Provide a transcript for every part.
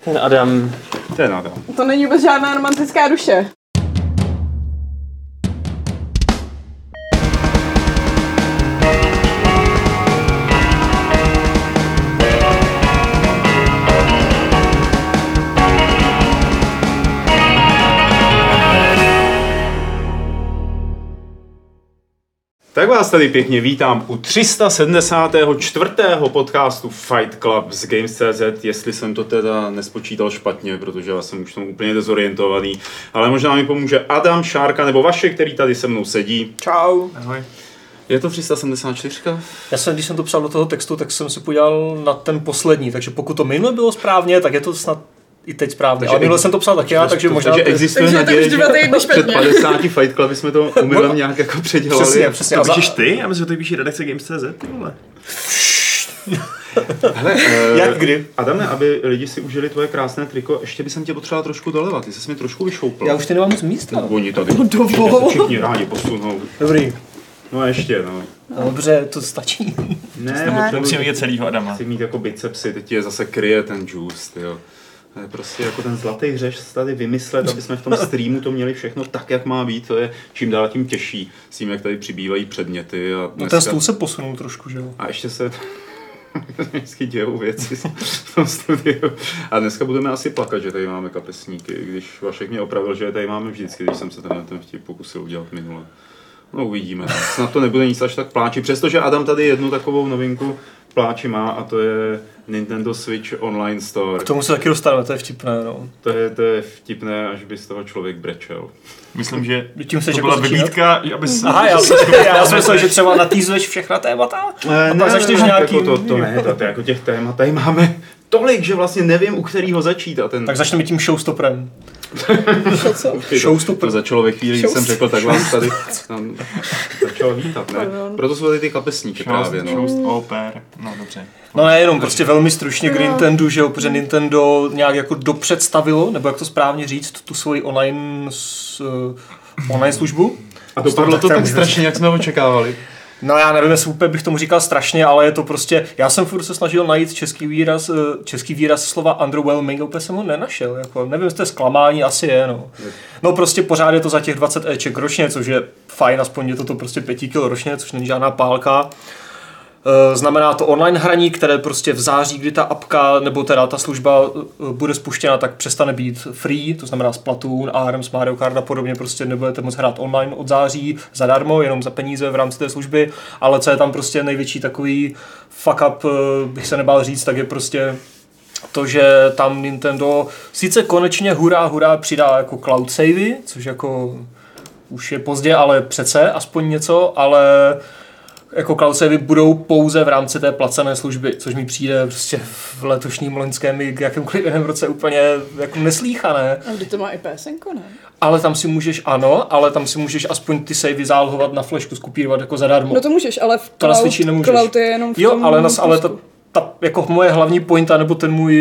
Ten Adam. To není vůbec žádná romantická duše. Tak vás tady pěkně vítám u 374. podcastu Fight Club z Games.cz, jestli jsem to teda nespočítal špatně, protože já jsem už tomu úplně dezorientovaný, ale možná mi pomůže Adam, Šárka nebo Vašek, který tady se mnou sedí. Čau. Ahoj. Je to 374? Když jsem to psal do toho textu, tak jsem si podíval na ten poslední, takže pokud to minule bylo správně, tak je to snad i teď správně. Ale minule jsem to psal taky já, takže možná... Takže existuje naděje, že před 50 Fight Cluby jsme to umylem nějak jako předělali. Přesně. To píšeš ty? Já myslím, že to píší redakce Games.cz, ty vole. Hele, jak kdy? Adame, aby lidi si užili tvoje krásné triko, ještě by jsem tě potřeboval trošku dolevat. Ty jsi mi trošku vyšoupl. Já už ty nemám moc místa. No, oni tady všichni rádi posunou. Dobrý. No ještě, no. Dobře, to stačí. Ne, Musím vidět celýho Adama. chci mít jako bicepsy, teď je zase kryje ten juice, tyjo. To je prostě jako ten zlatý hřeš tady vymyslet, aby jsme v tom streamu to měli všechno tak, jak má být. To je čím dál tím těžší s tím, jak tady přibývají předměty. A dneska... No ten stůl se posunul trošku, že jo? A ještě se vždycky dějou věci v tom studiu. A dneska budeme asi plakat, že tady máme kapesníky, když Vašek mě opravil, že je tady máme vždycky, když jsem se ten vtip pokusil udělat minule. No uvidíme. Snad to nebude nic až tak pláči, přestože Adam tady jednu takovou novinku pláči má a to je Nintendo Switch Online Store. K tomu se taky dostaneme, to je vtipné, no. To je vtipné, až by z toho člověk brečel. Myslím, že tím to byla vybídka, aby se... Aha, já jsem myslel, že třeba natýzuješ všechna témata a pak začneš nějaký... Jako to jako těch témat tady máme tolik, že vlastně nevím, u kterého začít. A ten... Tak začneme tím showstopperem. Showstopper. To začalo ve chvíli, kdy jsem řekl, tak vás tady začal vítat, ne? Proto jsou tady ty kapesníky právě, no. Showstopper, no dobře. No nejenom, prostě velmi stručně k Nintendo, že jo, protože Nintendo nějak jako dopředstavilo, nebo jak to správně říct, tu svoji online službu. A dopadlo to tak strašně, jak jsme očekávali. No já nevím, jestli úplně bych tomu říkal strašně, ale je to prostě, já jsem furt se snažil najít český výraz slova underwhelming, úplně jsem ho nenašel, jako, nevím, jestli to je zklamání, asi je, no. No prostě pořád je to za těch 20 Eček ročně, což je fajn, aspoň je to prostě 5 kg ročně, což není žádná pálka. Znamená to online hraní, které prostě v září, kdy ta apka nebo teda ta služba bude spuštěna, tak přestane být free, to znamená Splatoon, ARMS, Mario Kart a podobně, prostě nebudete moct hrát online od září zadarmo, jenom za peníze v rámci té služby, ale co je tam prostě největší takový fuck up, bych se nebál říct, tak je prostě to, že tam Nintendo sice konečně hurá přidá jako cloud savey, což jako už je pozdě, ale přece aspoň něco, ale jako cloud savey budou pouze v rámci té placené služby, což mi přijde prostě v letošním loňském i jakémkoliv jiném roce úplně jako neslýchané. A kdy to má i PSNko, ne? Ale tam si můžeš aspoň ty savey zálohovat na flešku, skopírovat jako zadarmo. No to můžeš, ale v to na Switchi nemůžeš. Cloud je jenom v tom... Jo, ale ta jako moje hlavní pointa, nebo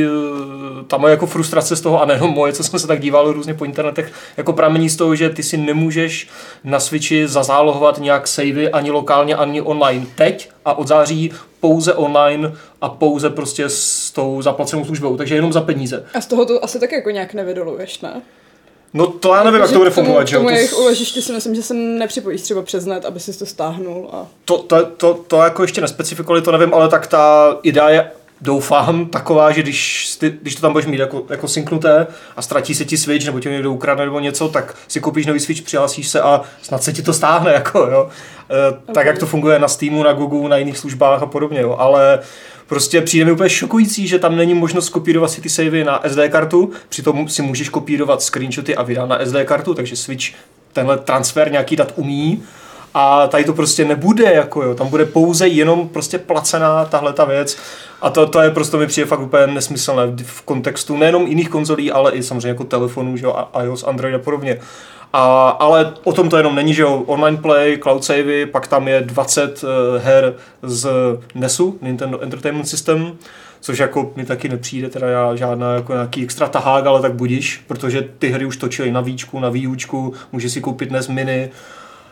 ta moje jako frustrace z toho, a nejenom moje, co jsem se tak díval různě po internetech, jako pramení z toho, že ty si nemůžeš na Switchi zazálohovat nějak savey ani lokálně, ani online teď a od září pouze online a pouze prostě s tou zaplacenou službou, takže jenom za peníze. A z toho to asi tak jako nějak nevydoluješ, ne? No to já nevím, jak to bude fungovat, že jo? Tomu jejich úložiště si myslím, že se nepřipojíš třeba přes net, aby si to stáhnul a... To jako ještě nespecifikovali, to nevím, ale tak ta idea je, doufám, taková, že když to tam budeš mít jako synknuté a ztratí se ti Switch, nebo tě někdo ukradne nebo něco, tak si koupíš nový Switch, přihlásíš se a snad se ti to stáhne, jako jo. Tak jak to funguje na Steamu, na Google, na jiných službách a podobně, jo. Ale prostě přijde mi úplně šokující, že tam není možnost kopírovat si ty savey na SD kartu, přitom si můžeš kopírovat screenshoty a videa na SD kartu, takže Switch tenhle transfer nějaký dat umí. A tady to prostě nebude, jako jo, tam bude pouze jenom prostě placená tahleta věc a to je prostě mi přijde fakt úplně nesmyslné v kontextu nejenom jiných konzolí, ale i samozřejmě jako telefonů, že jo, iOS, Android a podobně. Ale o tom to jenom není, že jo, online play, cloud savey, pak tam je 20 her z NESu, Nintendo Entertainment System, což jako mi taky nepřijde, teda já žádná jako nějaký extra tahák, ale tak budiš, protože ty hry už točily na Víčku, na Výučku, můžeš si koupit NES Mini,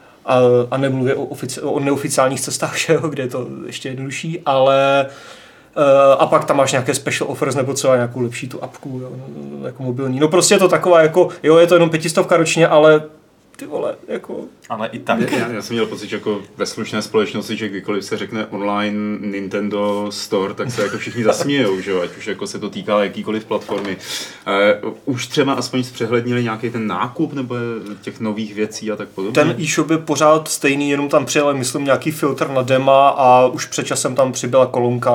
a nemluvě o neoficiálních cestách, že jo, kde je to ještě jednodušší, ale A pak tam máš nějaké special offers nebo třeba nějakou lepší tu apku, jo, jako mobilní. No prostě je to taková jako, jo, je to jenom 500 ročně, ale ty vole, jako... Ale i tak. Já jsem měl pocit, že jako ve slušné společnosti, že kdykoliv se řekne online Nintendo Store, tak se jako všichni zasmějou, že jo, ať už jako se to týká jakýkoliv platformy. Už třeba aspoň zpřehlednili nějaký ten nákup nebo těch nových věcí a tak podobně? Ten e-shop je pořád stejný, jenom tam přijel, myslím, nějaký filtr na dema a už před časem tam přibyla kolonka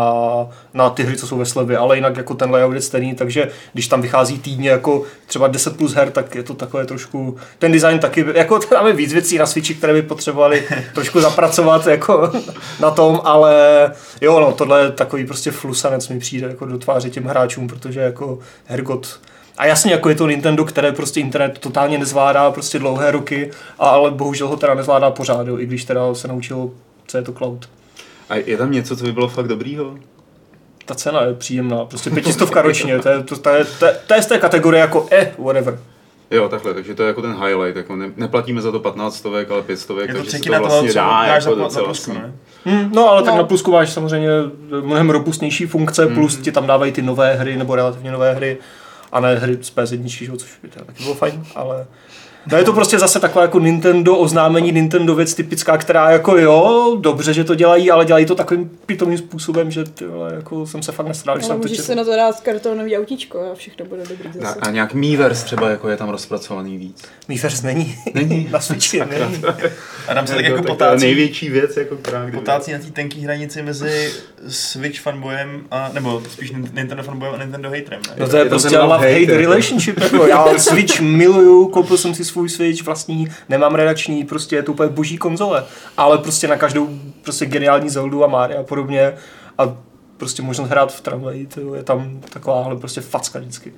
na ty hry, co jsou ve slevě, ale jinak jako ten layout je stejný, takže když tam vychází týdně jako třeba 10 plus her, tak je to takové trošku, ten design taky, jako tam je víc věcí na Switchi, které by potřebovali trošku zapracovat jako na tom, ale jo, no, tohle je takový prostě flusanec mi přijde jako do tváře těm hráčům, protože jako hergot. A jasně, jako je to Nintendo, které prostě internet totálně nezvládá prostě dlouhé roky, ale bohužel ho teda nezvládá pořád, jo, i když teda se naučilo, co je to cloud. A je tam něco, co by bylo fakt dobrýho? Ta cena je příjemná, prostě 500 ročně, to je z té kategorie jako whatever. Jo, takhle, takže to je jako ten highlight, jako neplatíme za to 15 stovek, ale 500, takže se to toho, vlastně co dá máš jako za docela plusku, ne? No, ale tak na plusku máš samozřejmě mnohem robustnější funkce, plus ti tam dávají ty nové hry, nebo relativně nové hry, a ne hry z PS1, což by taky bylo fajn, ale... No je to prostě zase taková jako Nintendo oznámení, Nintendo věc typická, která jako jo, dobře, že to dělají, ale dělají to takovým pitomým způsobem, že tyhle, jako jsem se fakt nestral, ale můžeš si na to dát kartonový autíčko a všechno bude dobrý zase. A nějak Miiverse třeba jako je tam rozpracovaný víc. Miiverse není. Není? Na Switchi není. Adam se tak jako potácí. Největší věc, jako která potácí na té tenký hranici mezi Switch fanboyem a, nebo spíš Nintendo fanboyem a Nintendo haterem. Ne? No to je prostě love-hate relationship. Jako já Switch miluju, koupil jsem si svůj Switch vlastní, nemám redakční, prostě je to úplně boží konzole. Ale prostě na každou prostě geniální Zeldu a Mario a podobně a prostě možnost hrát v tramvaji, je tam takováhle prostě facka vždycky.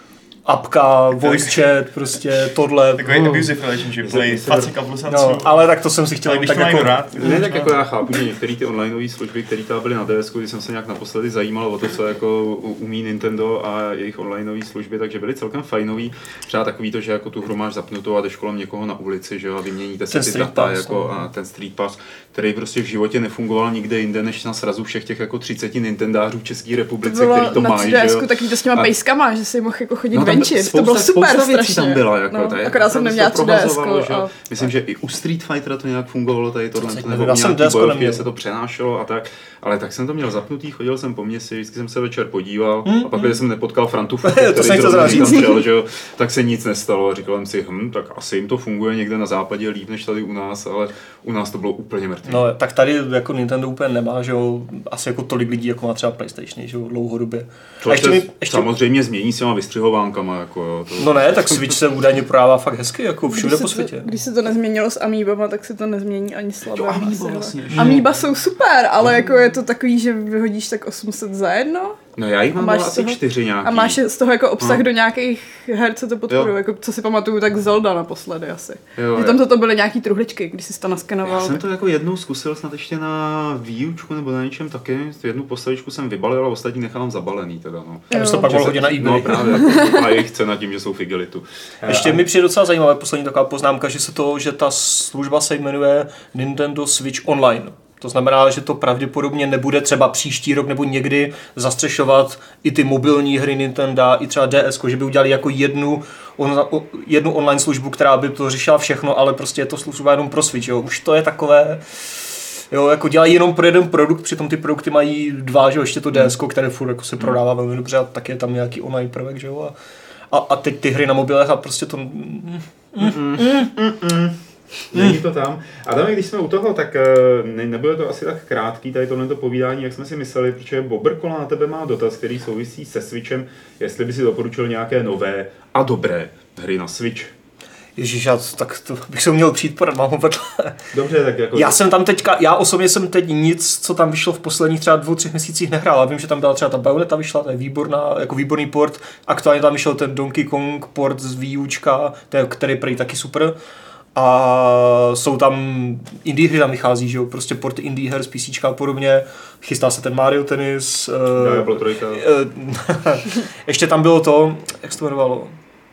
Apka, voice chat, prostě tohle. Takový abusive relationship, facka v lusanců. No, ale tak to jsem si chtěl tak jako rád. Ne, tak jako já chápu, že některé ty onlineové služby, které tam byly na DS, když jsem se nějak naposledy zajímal o to, co jako umí Nintendo a jejich onlineové služby, takže byly celkem fajnový. Třeba takový to, že jako tu hru máš zapnutou a jdeš kolem někoho na ulici, že jo, a vyměníte si ty data jako a ten Street Pass, který prostě v životě nefungoval nikde jinde, než na srazu všech těch jako 30 Nintendářů v České republice, který to mají, že jo. Taky to s těma pejskama, že si mohl jako chodit no, to bylo super strašně. Tam byla, jako, no, akorát jsem neměla 3DS. A... Myslím, že i u Street Fightera to nějak fungovalo, tady tohle, nebo nějaký bojovky, se to přenášelo a tak. Ale tak jsem to měl zapnutý, chodil jsem po městě, vždycky jsem se večer podíval a pak, když jsem nepotkal Frantufu, který zrovna tam šel, že jo, tak se nic nestalo a říkal jsem si, tak asi jim to funguje někde na západě líp než tady u nás, ale u nás to bylo úplně mrtvé. No, tak tady jako Nintendo úplně nemá, že jo, asi jako tolik lidí, jako má třeba PlayStation, že jo, dlouhodobě. To ještě samozřejmě změní s těma vystřihovánkama, jako jo. To... No ne, tak Switch se údajně prodává fakt hezky, jako všude po světě. Když se to nezměnilo s Amiibama, tak se to nezmění ani s Labem. Amiiba jsou super, ale jako je to takový, že vyhodíš tak 800 za jedno. No já jich mám asi 4 nějaký. A máš z toho jako obsah do nějakých her, co to podporují, jako co si pamatuju, tak Zelda naposledy asi. Že tam to byly nějaký truhličky, když jsi to naskenoval. Já jsem to jako jednou zkusil snad ještě na výučku nebo na něčem taky. Jednu postavičku jsem vybalil a ostatní nechám zabalený teda, no. Já to pak mohl hodit na eBay. No právě, a jejich cena tím, že jsou figelitu. Ještě mi přijde docela zajímavé poslední taková poznámka, že ta služba se jmenuje Nintendo Switch Online. To znamená, že to pravděpodobně nebude třeba příští rok nebo někdy zastřešovat i ty mobilní hry Nintendo, i třeba DS, že by udělali jako jednu online službu, která by to řešila všechno, ale prostě je to služba jenom pro Switch. Jo. Už to je takové, jo, jako dělají jenom pro jeden produkt, přitom ty produkty mají 2, že jo, ještě to DS, které furt jako se prodává velmi dobře a tak je tam nějaký online prvek, že jo. A teď ty hry na mobilech a prostě to... Není to tam. Adame, když jsme u toho, tak nebude to asi tak krátký tady tohleto povídání, jak jsme si mysleli, protože Bobrkola na tebe má dotaz, který souvisí se Switchem, jestli by si doporučil nějaké nové a dobré hry na Switch. Ježíš, tak to bych se měl přijít podat, mám ho vedle. Dobře, tak jako... Já osobně jsem teď nic, co tam vyšlo v posledních třeba 2-3 měsících nehrál. Já vím, že tam byla třeba ta Bayonetta vyšla, to je výborná, jako výborný port. Aktuálně tam vyšel ten Donkey Kong port z Wiiučka, který prý taky super. A jsou tam indie hry, tam vychází, že jo, prostě porty indie her z PCčka a podobně. Chystá se ten Mario Tennis. Diablo 3. Ještě tam bylo to, jak se to jmenovalo?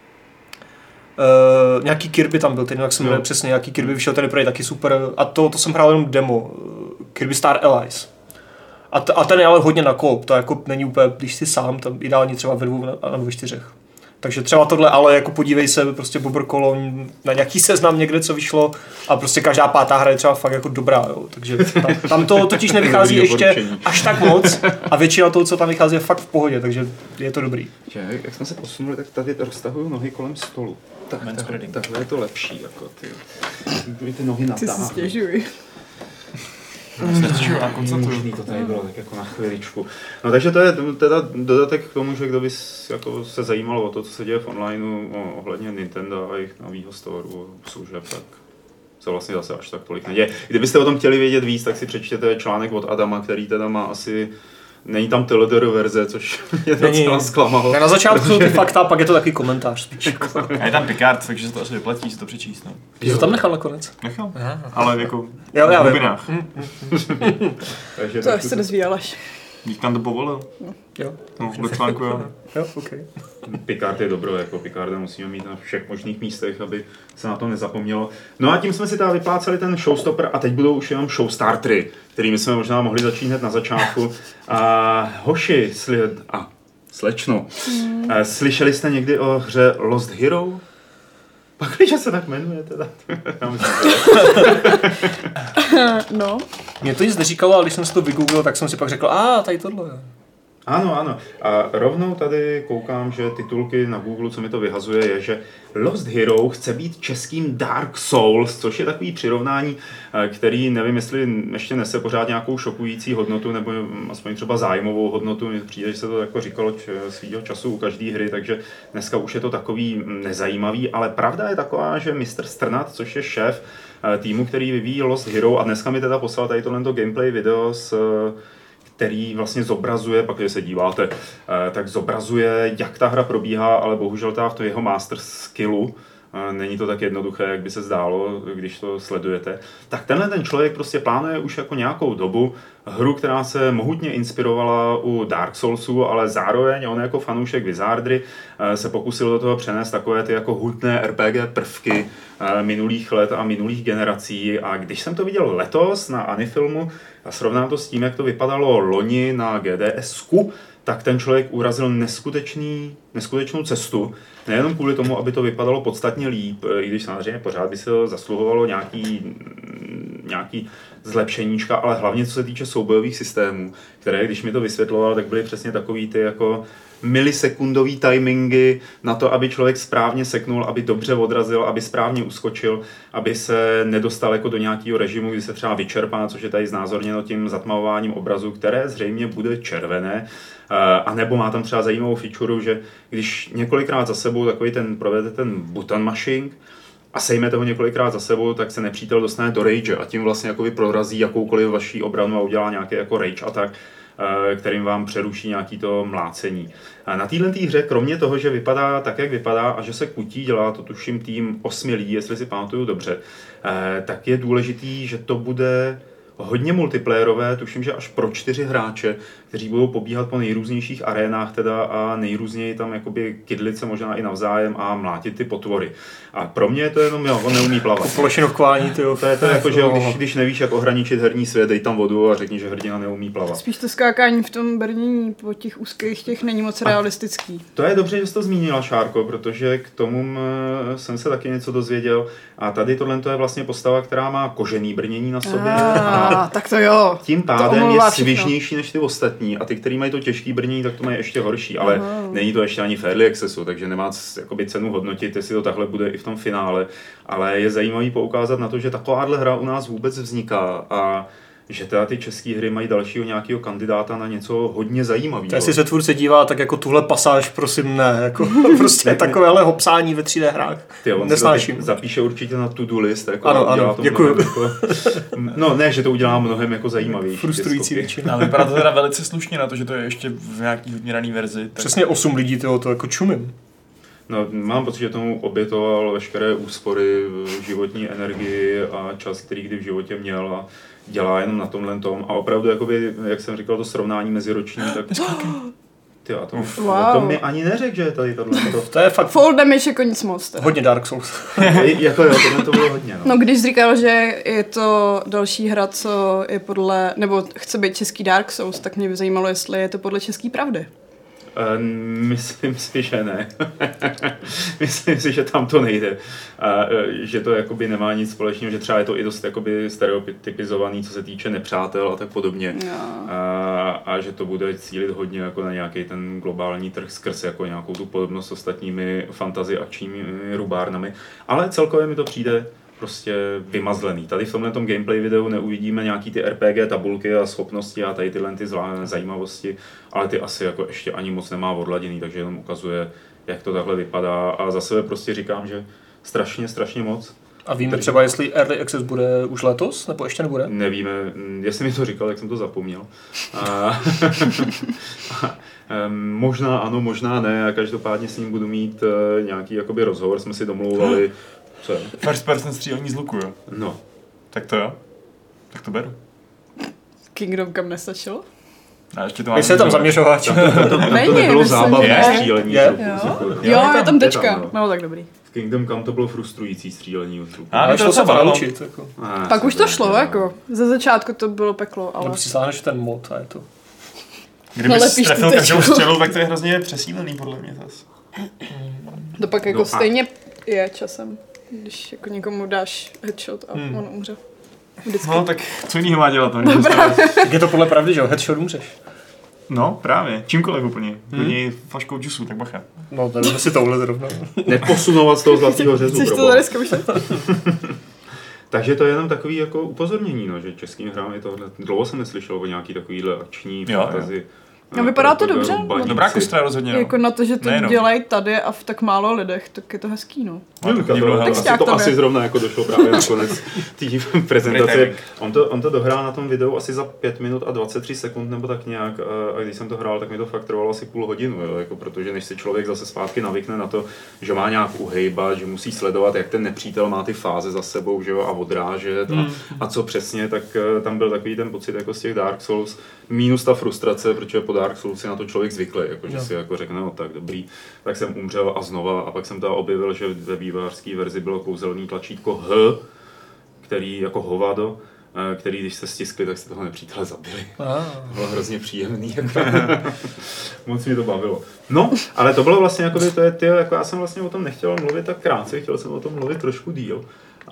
Nějaký Kirby tam byl, teď jak jsem jmenuje přesně, nějaký Kirby vyšel, ten je taky super. A to jsem hrál jenom demo. Kirby Star Allies. A ten je ale hodně na koop, to jako není úplně, když jsi sám, tam ideálně třeba ve 2 a ve 4. Takže třeba tohle, ale jako podívej se, prostě Bobr Cologne na nějaký seznam někde, co vyšlo a prostě každá 5. hra je třeba fakt jako dobrá, jo. Takže tam to totiž nevychází ještě až tak moc a většina toho, co tam vychází, je fakt v pohodě, takže je to dobrý. Jak jsme se posunuli, tak tady roztahuju nohy kolem stolu. Takhle je to lepší, jako ty nohy natáhnu. Ty si stěžuj. Možný to tady bylo tak jako na chviličku. No takže to je teda dodatek k tomu, že kdo by jako se zajímal o to, co se děje v onlineu ohledně Nintendo a jejich novýho storu služeb, tak se vlastně zase až tak tolik neděje. Kdybyste o tom chtěli vědět víc, tak si přečtěte článek od Adama, který teda má asi... Není tam TLDR verze, což mě docela zklamalo. Na začátku jsou ty fakta, pak je to takový komentář spíš. A je tam Picard, takže se to asi vyplatí si to přečíst. No. Jsi to tam nechal nakonec? Nechal, ale jako v hlubinách. To až se dozví Aleš. Dík tam to povolil. Jo. No, ve článku jo. Jo, okay. Picard je dobro, jako Picarda musíme mít na všech možných místech, aby se na to nezapomnělo. No a tím jsme si teda vypláceli ten showstopper a teď budou už jenom showstartery, kterými jsme možná mohli začít hned na začátku. Hoši, slečno, slyšeli jste někdy o hře Lost Hero? Pak, když se tak jmenuje teda. No. Mě to nic neříkalo, ale když jsem si to vygooglil, tak jsem si pak řekl, tady tohle. Ano. A rovnou tady koukám, že titulky na Google, co mi to vyhazuje, je, že Lost Hero chce být českým Dark Souls, což je takový přirovnání, který nevím, jestli ještě nese pořád nějakou šokující hodnotu, nebo aspoň třeba zájmovou hodnotu. Mně přijde, že se to jako říkalo svýho času u každé hry, takže dneska už je to takový nezajímavý, ale pravda je taková, že Mr. Strnad, což je šéf týmu, který vyvíjí Lost Hero, a dneska mi teda poslal tady tohle gameplay video který vlastně zobrazuje, pak když se díváte, tak zobrazuje, jak ta hra probíhá, ale bohužel v tom jeho master skillu, není to tak jednoduché, jak by se zdálo, když to sledujete, tak tenhle ten člověk prostě plánuje už jako nějakou dobu hru, která se mohutně inspirovala u Dark Soulsu, ale zároveň on jako fanoušek Wizardry se pokusil do toho přenést takové ty jako hutné RPG prvky minulých let a minulých generací. A když jsem to viděl letos na Anifilmu a srovnám to s tím, jak to vypadalo loni na GDS-ku, tak ten člověk urazil neskutečnou cestu. Nejenom kvůli tomu, aby to vypadalo podstatně líp, i když samozřejmě pořád by se to zasluhovalo nějaký zlepšeníčka, ale hlavně co se týče soubojových systémů, které, když mi to vysvětloval, tak byly přesně takový ty jako milisekundový timingy na to, aby člověk správně seknul, aby dobře odrazil, aby správně uskočil, aby se nedostal jako do nějakého režimu, kdy se třeba vyčerpá, což je tady znázorněno tím zatmavováním obrazu, které zřejmě bude červené. A nebo má tam třeba zajímavou feature, že když několikrát za sebou provedete ten button mashing a sejmete ho několikrát za sebou, tak se nepřítel dostane do rage a tím vlastně jakoby prorazí jakoukoliv vaší obranu a udělá nějaký jako rage attack, kterým vám přeruší nějaký to mlácení. Na téhle hře, kromě toho, že vypadá tak, jak vypadá a že se kutí, dělá to tuším tým 8 lidí, jestli si pamatuju dobře, tak je důležitý, že to bude hodně multiplayerové, tuším, že až pro 4 hráče, kteří budou pobíhat po nejrůznějších arénách teda a nejrůzněji tam jakoby kydlit se možná i navzájem a mlátit ty potvory. A pro mě je to jenom, on neumí plavat. Plošinovkování, tyjo. To je to jako, že když nevíš, jak ohraničit herní svět, dej tam vodu a řekni, že hrdina neumí plavat. Spíš to skákání v tom brnění po těch úzkých těch není moc realistický. To je dobře, že jsi to zmínila, Šárko, protože k tomu jsem se taky něco dozvěděl. A tady tohle je vlastně postava, která má kožený brnění na sobě. Tak to jo. Tím pádem je svižnější než ty ostatní a ty, kteří mají to těžký brnění, tak to mají ještě horší, ale není to ještě ani v early accessu, takže nemá jakoby cenu hodnotit, jestli to takhle bude i v tom finále, ale je zajímavý poukázat na to, že takováhle hra u nás vůbec vzniká a že teda ty české hry mají dalšího nějakého kandidáta na něco hodně zajímavého. Jestli se tvůrce dívá, tak jako tuhle pasáž, prosím, ne. Jako prostě takovéhle hopsání ve 3D hrách. Nesnáším. Zapíše určitě na to-do list. Jako ano, děkuju. No ne, že to udělá mnohem jako zajímavější. Frustrující většina. Ale vypadá to teda velice slušně na to, že to je ještě v nějaký hodně raný verzi. Tak... Přesně 8 lidí, to jako čumím. No, mám pocit, že tomu obětoval veškeré úspory, životní energii a čas, který kdy v životě měl a dělá jenom na tomhle tom. A opravdu, jakoby, jak jsem říkal, to srovnání meziroční, tak Tyjo, to mi ani neřekl, že je tady tohle. To je fakt... Fall damage jako nic moc. Teda. Hodně Dark Souls. Jako jo, to bylo hodně. No když říkal, že je to další hra, co je podle, nebo chce být český Dark Souls, tak mě by zajímalo, jestli je to podle český pravdy. Myslím si, že ne. Myslím si, že tam to nejde. Že to jakoby nemá nic společného, že třeba je to i dost jakoby stereotypizovaný, co se týče nepřátel a tak podobně. No. A že to bude cílit hodně jako na nějaký ten globální trh skrz jako nějakou tu podobnost s ostatními fantasy akčními rubárnami. Ale celkově mi to přijde prostě vymazlený. Tady v tomhle gameplay videu neuvidíme nějaký ty RPG tabulky a schopnosti a tady tyhle ty zajímavosti, ale ty asi jako ještě ani moc nemá odladěný, takže jenom ukazuje, jak to takhle vypadá a za sebe prostě říkám, že strašně moc. A víme třeba, jestli Early Access bude už letos, nebo ještě nebude? Nevíme, jestli mi to říkal, tak jsem to zapomněl. Možná ano, možná ne, a každopádně s ním budu mít nějaký jakoby rozhovor, jsme si domlouvali. Co je? First person střílení z luku, jo? No. Tak to jo. Tak to beru. Kingdom kam nestačilo? A ještě to máme. Jestli je tam zaměřovač. To nebylo zábavné střílení z luku. Jo, je tam tečka. No tak dobrý. V Kingdom Come to bylo frustrující střílení z luku. Ale šlo se naučit. Jako. Pak už to šlo, jako. Ze začátku to bylo peklo, ale... Nebo si sáhneš ten mod a je to... Kdybys trefil každou střelu, tak to je hrozně přesílený, podle mě zase. To pak jako stejně je časem, když jako někomu dáš headshot a on umře. Vždycky. No tak co jiného má dělat? Tak je to podle pravdy, že jo? Headshot umřeš. No právě, čímkoliv úplně. Hodně flaškou džusu, tak bacha. No to si touhle zrovna. Neposunovat z toho zlatého řezu. Chceš to tady zkoušet? Takže to je jenom takový jako upozornění, no, že českým hrám je tohle. Dlouho jsem neslyšel o nějaký takovýhle akční fantasy. No vypadá to dobře. Dobrá kostra rozhodně. Jako na to, že to dělají tady a v tak málo lidech, tak je to hezký, no. To asi zrovna jako došlo právě nakonec té prezentace. On to dohrál na tom videu asi za 5 minut a 23 sekund nebo tak nějak a když jsem to hrál, tak mi to fakt trvalo asi půl hodinu, jo, jako protože než se člověk zase zpátky navykne na to, že má nějak uhejbat, že musí sledovat, jak ten nepřítel má ty fáze za sebou, že jo, a odrážet a co přesně, tak tam byl takový ten pocit jako z těch Dark Souls, minus ta frustrace, protože po Dark Souls si na to člověk zvyklý, jako, že si jako řekne, no tak dobrý, tak jsem umřel a znova a pak jsem tam objevil, že ve vývojářské verzi bylo kouzelný tlačítko H, který jako hovado, který když se stiskli, tak se toho nepřítele zabili. To bylo hrozně příjemný. Moc mě to bavilo. No, ale to bylo vlastně jako já jsem vlastně o tom nechtěl mluvit tak krátce, chtěl jsem o tom mluvit trošku díl.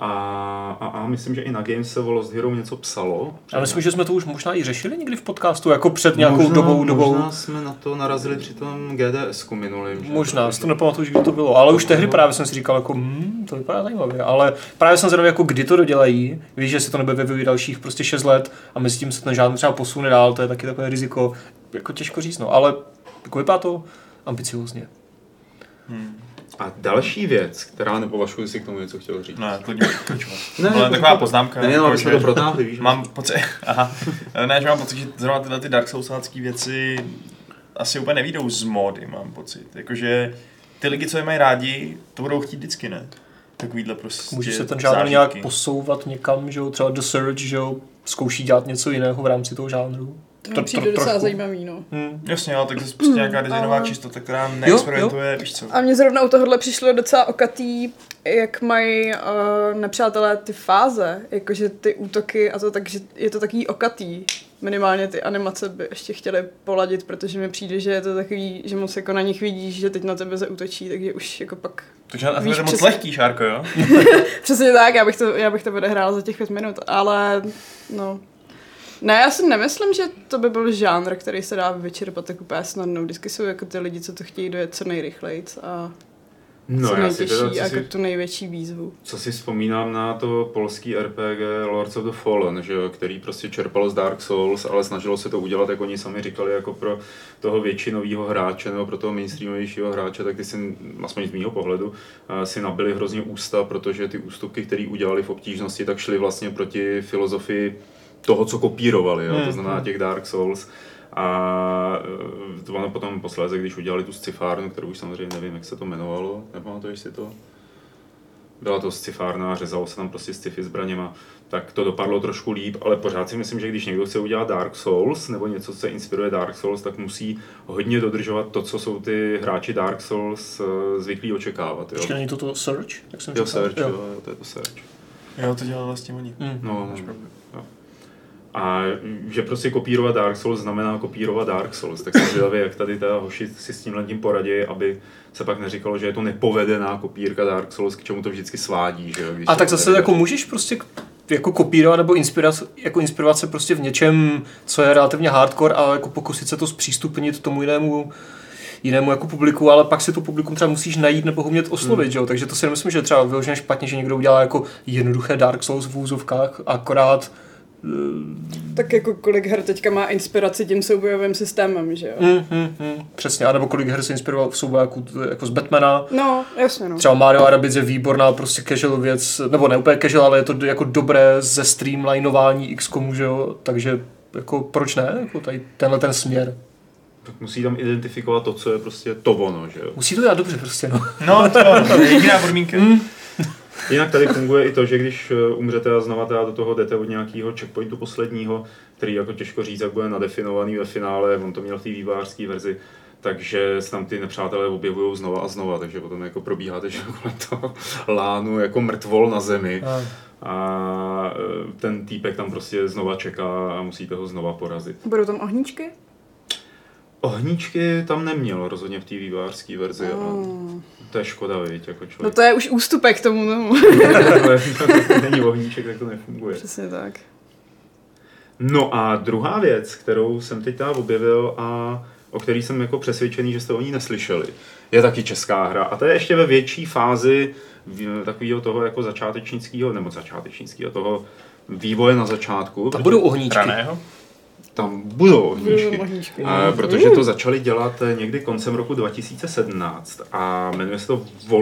A myslím, že i na Games se o Lost Hero něco psalo. Já myslím, že jsme to už možná i řešili někdy v podcastu, jako před nějakou dobou. Možná jsme na to narazili při tom GDS-ku minulým. Možná, si to nepamatuju, kdy to bylo, ale už tehdy právě jsem si říkal, jako, to vypadá zajímavě, ale právě jsem zvědavý, jako kdy to dodělají, víš, že si to nebude vyvíjet dalších prostě 6 let a mezi tím se ten žádný třeba posune dál, to je taky takové riziko, jako těžko říct, no, ale jako vypadá to ambiciózně. A další věc, která nepovažuji, si k tomu něco chtěl říct. Ne, klidně pokračovat. Byla taková poznámka. Ne, aby jsme to protáhli, víš. Mám pocit, že mám pocit, že zrovna tyhle ty Dark Soulsácké věci asi úplně nevídou z módy, mám pocit. Jakože ty lidi, co je mají rádi, to budou chtít vždycky, ne? Takovýhle prostě může se ten žánr nějak posouvat někam, že jo, třeba The Surge, že jo, zkouší dělat něco jiného v rámci toho žánru. To přijde docela zajímavý, no. Jasně, ale tak zase prostě nějaká designová čistota, která neexperimentuje, víš co. A mně zrovna u tohohle přišlo docela okatý, jak mají nepřátelé ty fáze, jakože ty útoky a to, takže je to takový okatý. Minimálně ty animace by ještě chtěly poladit, protože mi přijde, že je to takový, že moc jako na nich vidíš, že teď na tebe zaútočí, takže už jako pak... Takže na tebe je moc lehký, Šárko, jo? Přesně tak, já bych to odehrála za těch 5 minut, ale no... Ne, já si nemyslím, že to by byl žánr, který se dá vyčerpat tak úplně snadno. Vždycky jsou jako ty lidi, co to chtějí dojet co nejrychlejc a co nejtěžší a jako tu největší výzvu. Co si vzpomínám na to polský RPG Lords of the Fallen, že jo, který prostě čerpalo z Dark Souls, ale snažilo se to udělat, jak oni sami říkali, jako pro toho většinového hráče nebo pro toho mainstreamovějšího hráče, tak ty si, aspoň z mýho pohledu, si nabili hrozně ústa, protože ty ústupky, které udělali v obtížnosti, tak šly vlastně proti filozofii toho, co kopírovali, jo? To znamená těch Dark Souls. A to ono potom posléze, když udělali tu scifárnu, kterou už samozřejmě nevím, jak se to jmenovalo, nepamatuješ si to? byla to scifárna a řezalo se tam prostě sci-fi zbraněma, tak to dopadlo trošku líp, ale pořád si myslím, že když někdo chce udělat Dark Souls nebo něco, co se inspiruje Dark Souls, tak musí hodně dodržovat to, co jsou ty hráči Dark Souls zvyklí očekávat. Jo? Není to Search? Jak jsem Jo, říkal? Search, jo, to je to Search. Jo, to dělal vlastně oni. No. A že prostě kopírovat Dark Souls znamená kopírovat Dark Souls, tak jsem zvědavý, jak tady ta hoši si s tímhletím poradí, aby se pak neříkalo, že je to nepovedená kopírka Dark Souls, k čemu to vždycky svádí. Že jo, A tak zase jako můžeš prostě jako kopírovat nebo inspirovat se prostě v něčem, co je relativně hardcore a jako pokusit se to zpřístupnit tomu jinému jako publiku, ale pak si to publikum třeba musíš najít nebo ho umět oslovit, že jo? Takže to si nemyslím, že třeba vyloženě špatně, že někdo udělá jako jednoduché Dark Souls v úzovkách, akorát tak jako kolik her teďka má inspiraci tím soubojovým systémem, že jo? Přesně, anebo kolik her se inspiroval v soubojáku jako z Batmana. No, jasně no. Třeba Mario Rabbids je výborná prostě casual věc, nebo ne úplně casual, ale je to jako dobré ze streamlinování XCOMu, že jo? Takže jako proč ne? Jako tady tenhle ten směr. Tak musí tam identifikovat to, co je prostě to ono, že jo? Musí to dělat dobře prostě, no. No, to je jediná podmínka. Jinak tady funguje i to, že když umřete a znova teda do toho jdete od nějakého checkpointu posledního, který jako těžko říct, jak bude nadefinovaný ve finále, on to měl v té vývojářské verzi, takže se tam ty nepřátelé objevují znova a znova, takže potom jako probíháte že kolem toho lánu jako mrtvol na zemi a ten týpek tam prostě znova čeká a musíte ho znova porazit. Budou tam ohníčky? Ohníčky tam neměl rozhodně v té vývojářské verzi. To je škoda, viď, jako člověk. No to je už ústupek k tomu. No. Není ohníček, tak to nefunguje. Přesně tak. No a druhá věc, kterou jsem teď objevil a o který jsem jako přesvědčený, že jste o ní neslyšeli, je taky česká hra. A to je ještě ve větší fázi takového toho jako začátečnického toho vývoje na začátku. Tam budou ohníčky. Raného? Tam budou ohníčky. Protože to začali dělat někdy koncem roku 2017 a jmenuje se to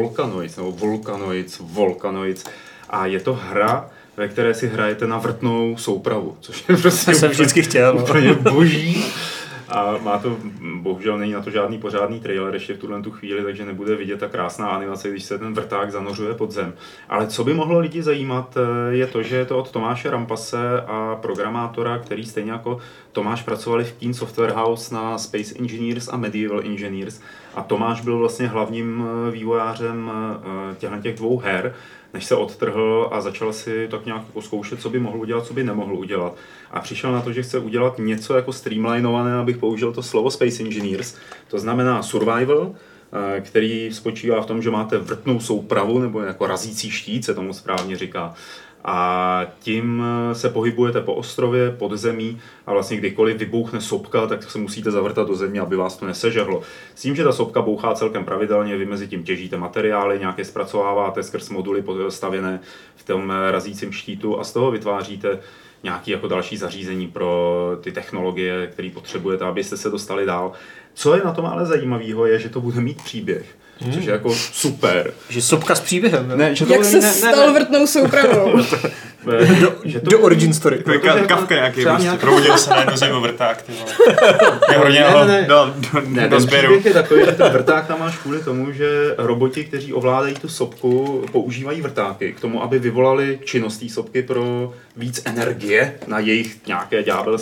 Volcanoids. A je to hra, ve které si hrajete na vrtnou soupravu, což je prostě jsem vždycky chtěl. Úplně boží. A má to, bohužel není na to žádný pořádný trailer ještě v tuhle chvíli, takže nebude vidět ta krásná animace, když se ten vrták zanořuje pod zem. Ale co by mohlo lidi zajímat, je to, že je to od Tomáše Rampase a programátora, který stejně jako Tomáš pracovali v Keen Software House na Space Engineers a Medieval Engineers. A Tomáš byl vlastně hlavním vývojářem těch dvou her, než se odtrhl a začal si tak nějak zkoušet, co by mohl udělat, co by nemohl udělat. A přišel na to, že chce udělat něco jako streamlinované, abych použil to slovo Space Engineers. To znamená survival, který spočívá v tom, že máte vrtnou soupravu, nebo jako razící štít, se tomu správně říká. A tím se pohybujete po ostrově, pod zemí a vlastně kdykoliv vybouchne sopka, tak se musíte zavrtat do země, aby vás to nesežehlo. S tím, že ta sopka bouchá celkem pravidelně, vy mezi tím těžíte materiály, nějaké zpracováváte skrz moduly stavěné v tom razícím štítu a z toho vytváříte nějaké jako další zařízení pro ty technologie, které potřebujete, abyste se dostali dál. Co je na tom ale zajímavého, je, že to bude mít příběh. Což je jako super. Že sopka s příběhem. Ne, že to jak se stal vrtnou soupravou. Do origin story. Kafka nějaký prostě. Probudil se najednou zemi vrták. Já hodně ho do sběru. Příběh je takový, že ten vrták tam máš kvůli tomu, že roboti, kteří ovládají tu sopku, používají vrtáky k tomu, aby vyvolali činnost té sopky pro víc energie na jejich nějaké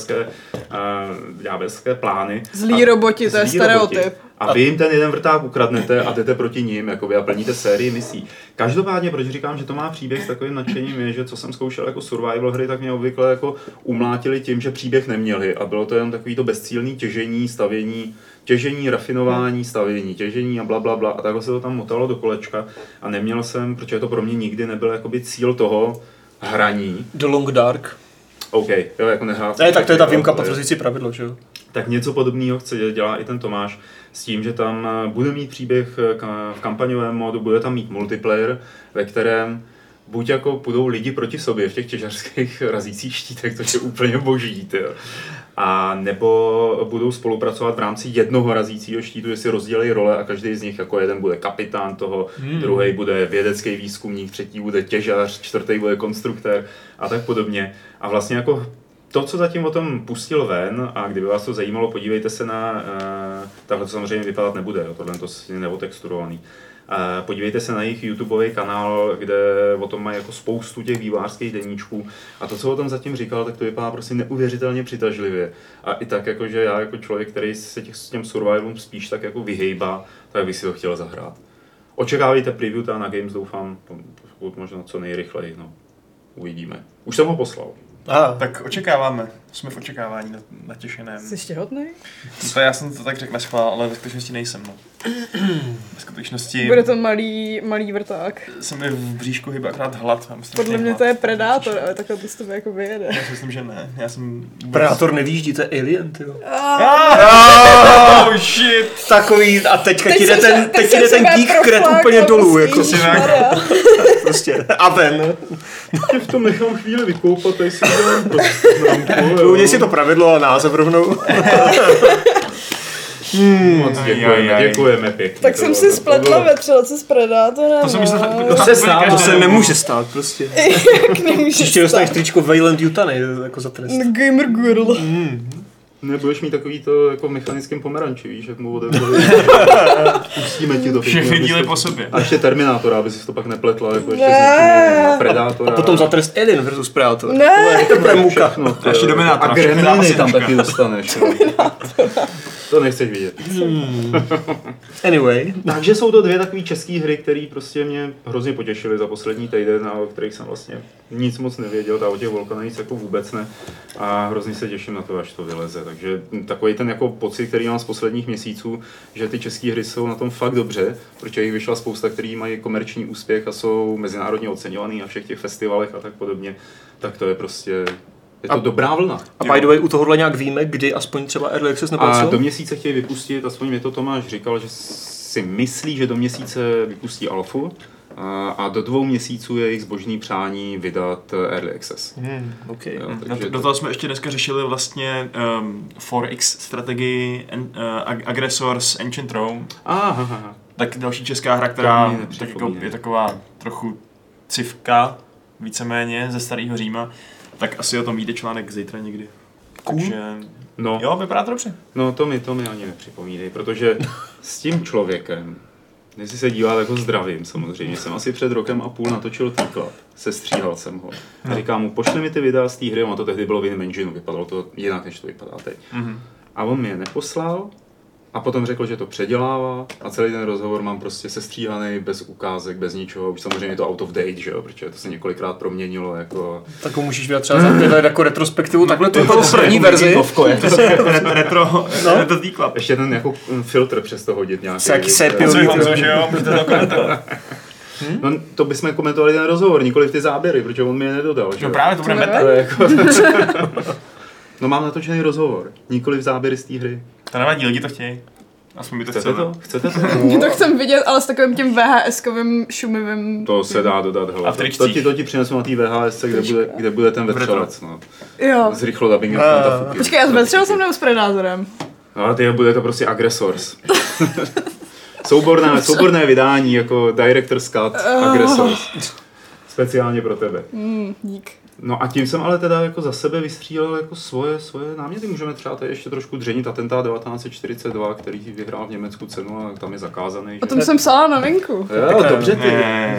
ďábelské plány. Zlí roboti, to je stereotyp. A vy jim ten jeden vrták ukradnete a jdete proti ním a plníte sérii misí. Každopádně, proč říkám, že to má příběh s takovým nadšením, je, že co jsem zkoušel jako survival hry, tak mě obvykle jako umlátili tím, že příběh neměli a bylo to jenom takový to bezcílný těžení, stavění, těžení, rafinování, stavění, těžení a blablabla a takhle se to tam motalo do kolečka a neměl jsem, protože to pro mě nikdy nebyl jakoby cíl toho hraní. The Long Dark. OK, jo, jako nehrát. Ne, tak to je ta výjimka potvrzující pravidlo, že jo? Tak něco podobného chce dělat i ten Tomáš s tím, že tam bude mít příběh v kampaňovém modu, bude tam mít multiplayer, ve kterém buď jako půjdou lidi proti sobě v těch těžařských razících štítech, to je úplně boží, tyjo. A nebo budou spolupracovat v rámci jednoho razícího štítu, že si rozdělí role a každý z nich jako jeden bude kapitán toho, druhý bude vědecký výzkumník, třetí bude těžař, čtvrtý bude konstruktér a tak podobně. A vlastně jako To, co zatím o tom pustil ven, a kdyby vás to zajímalo, podívejte se na, takhle to samozřejmě vypadat nebude, jo, tohle to je neotexturovaný. Podívejte se na jejich YouTubeový kanál, kde o tom mají jako spoustu těch vývojářských deníčků a to, co o tom zatím říkal, tak to vypadá prostě neuvěřitelně přitažlivě. A i tak, jakože já jako člověk, který se s těm survivalům spíš tak jako vyhejbá, tak bych si to chtěl zahrát. Očekávejte preview na Games, doufám, možná co nejrychleji, no. Uvidíme. Už jsem ho poslal. Tak očekáváme. Jsme v očekávání natěšeném. Jsi těhotný? To já jsem to tak řekl naschvál, ale ve skutečnosti nejsem. No. Ve skutečnosti... Bude to malý vrták. Jsem mi v bříšku hýbe akorát hlad. Podle mě to je Predátor, ale takhle to z tebe jako vyjede. Já si myslím, že ne. Já jsem... Predátor nevíždí, to je Alien, tyjo. Oh shit! Takový, a teďka ti jde ten geek kret úplně dolů, jako. Prostě, a ven. Tě v tom nechám chvíli vykoupat, tady si udělám poznámku. Uděj si to pravidlo a název rovnou. Moc děkujeme pěkně. Tak jsem si spletla ve třelce s Predátorem. To jsem myslel, To se nemůže stát, prostě. Jak nemůže Příště dostaneš tričko Wayland Yutany, jako za trest. Gamer Girl. Nebudeš mít takový to jako mechanickým pomeranči, víš, jak mu odevřeli. Pustíme ti to. Všechny díly po sobě. A ještě Terminátora, aby si to pak nepletla, jako ještě s Predátora. A potom za trest Alien versus Predator. Ne. To je muka. A ještě Dominátora. A Gremliny tam taky dostaneš. To nechceš vidět. Anyway. Takže jsou to dvě takové české hry, které prostě mě hrozně potěšily za poslední týden a o kterých jsem vlastně nic moc nevěděl, a o těch Volcanics jako vůbec ne. A hrozně se těším na to, až to vyleze. Takže takový ten jako pocit, který mám z posledních měsíců, že ty české hry jsou na tom fakt dobře, protože jich vyšla spousta, který mají komerční úspěch a jsou mezinárodně oceňovaný na všech těch festivalech a tak podobně, tak to je prostě... Je to dobrá vlna. A by the way, u tohohle nějak víme, kdy aspoň třeba Early Access nebo A co? do měsíce chtějí vypustit, aspoň mi to Tomáš říkal, že si myslí, že do měsíce vypustí alfu a do 2 měsíců je jejich zbožný přání vydat Early Access. Okay. Jo, Do toho jsme ještě dneska řešili vlastně 4X strategii Aggressors Ancient Rome. Aha. Tak další česká hra, která tak jako je taková trochu civka, víceméně ze starého Říma. Tak asi o tom vyjde článek zítra někdy. Takže no. Jo, vypadá to dobře. No to mi ani nepřipomínej, protože s tím člověkem, jestli se dívat jako zdravím samozřejmě, jsem asi před 1,5 rokem natočil T-Club, sestříhal jsem ho. A říkám mu, pošli mi ty videa z té hry, a to tehdy bylo v jiném engineu, vypadalo to jinak, než to vypadá teď. A on mi je neposlal, a potom řekl, že to předělává a celý ten rozhovor mám prostě sestříhaný, bez ukázek, bez ničeho. Už samozřejmě je to out of date, že jo, protože to se několikrát proměnilo jako... Tak můžeš dělat třeba za 5 let jako retrospektivu, takhle to bylo v první verzi. Retro T-Club. Ještě ten jako filtr přes to hodit nějaký. Jaký sepio. že jo, můžete to komentovat. No to bychom komentovali ten rozhovor, nikoli ty záběry, protože on mi je nedodal, že jo. No právě to bude meta. No mám natočený rozhovor, nikoli v záběry z té hry. To nevadí, lidi to chtějí. Aspoň by to Chcete to? Mě to chcem vidět, ale s takovým tím VHS-kovým šumivým... To se dá dodat, hele. A v tričcích. To ti přinesu na té VHS, kde bude ten vetřelec, no. Jo. S rychlodubbingem Fantafuky. Počkej, já s vetřelem jsem nebo s Predátorem? No a bude to prostě Aggressors. Souborné vydání, jako Director's Cut, Aggressors. Speciálně pro tebe. Dík. No a tím jsem ale teda jako za sebe vystřílel jako svoje náměty. Můžeme třeba tady ještě trošku dřenit atentát 1942, který vyhrál v Německu cenu a tam je zakázaný. O tom jsem psala novinku. Jo, dobře ty.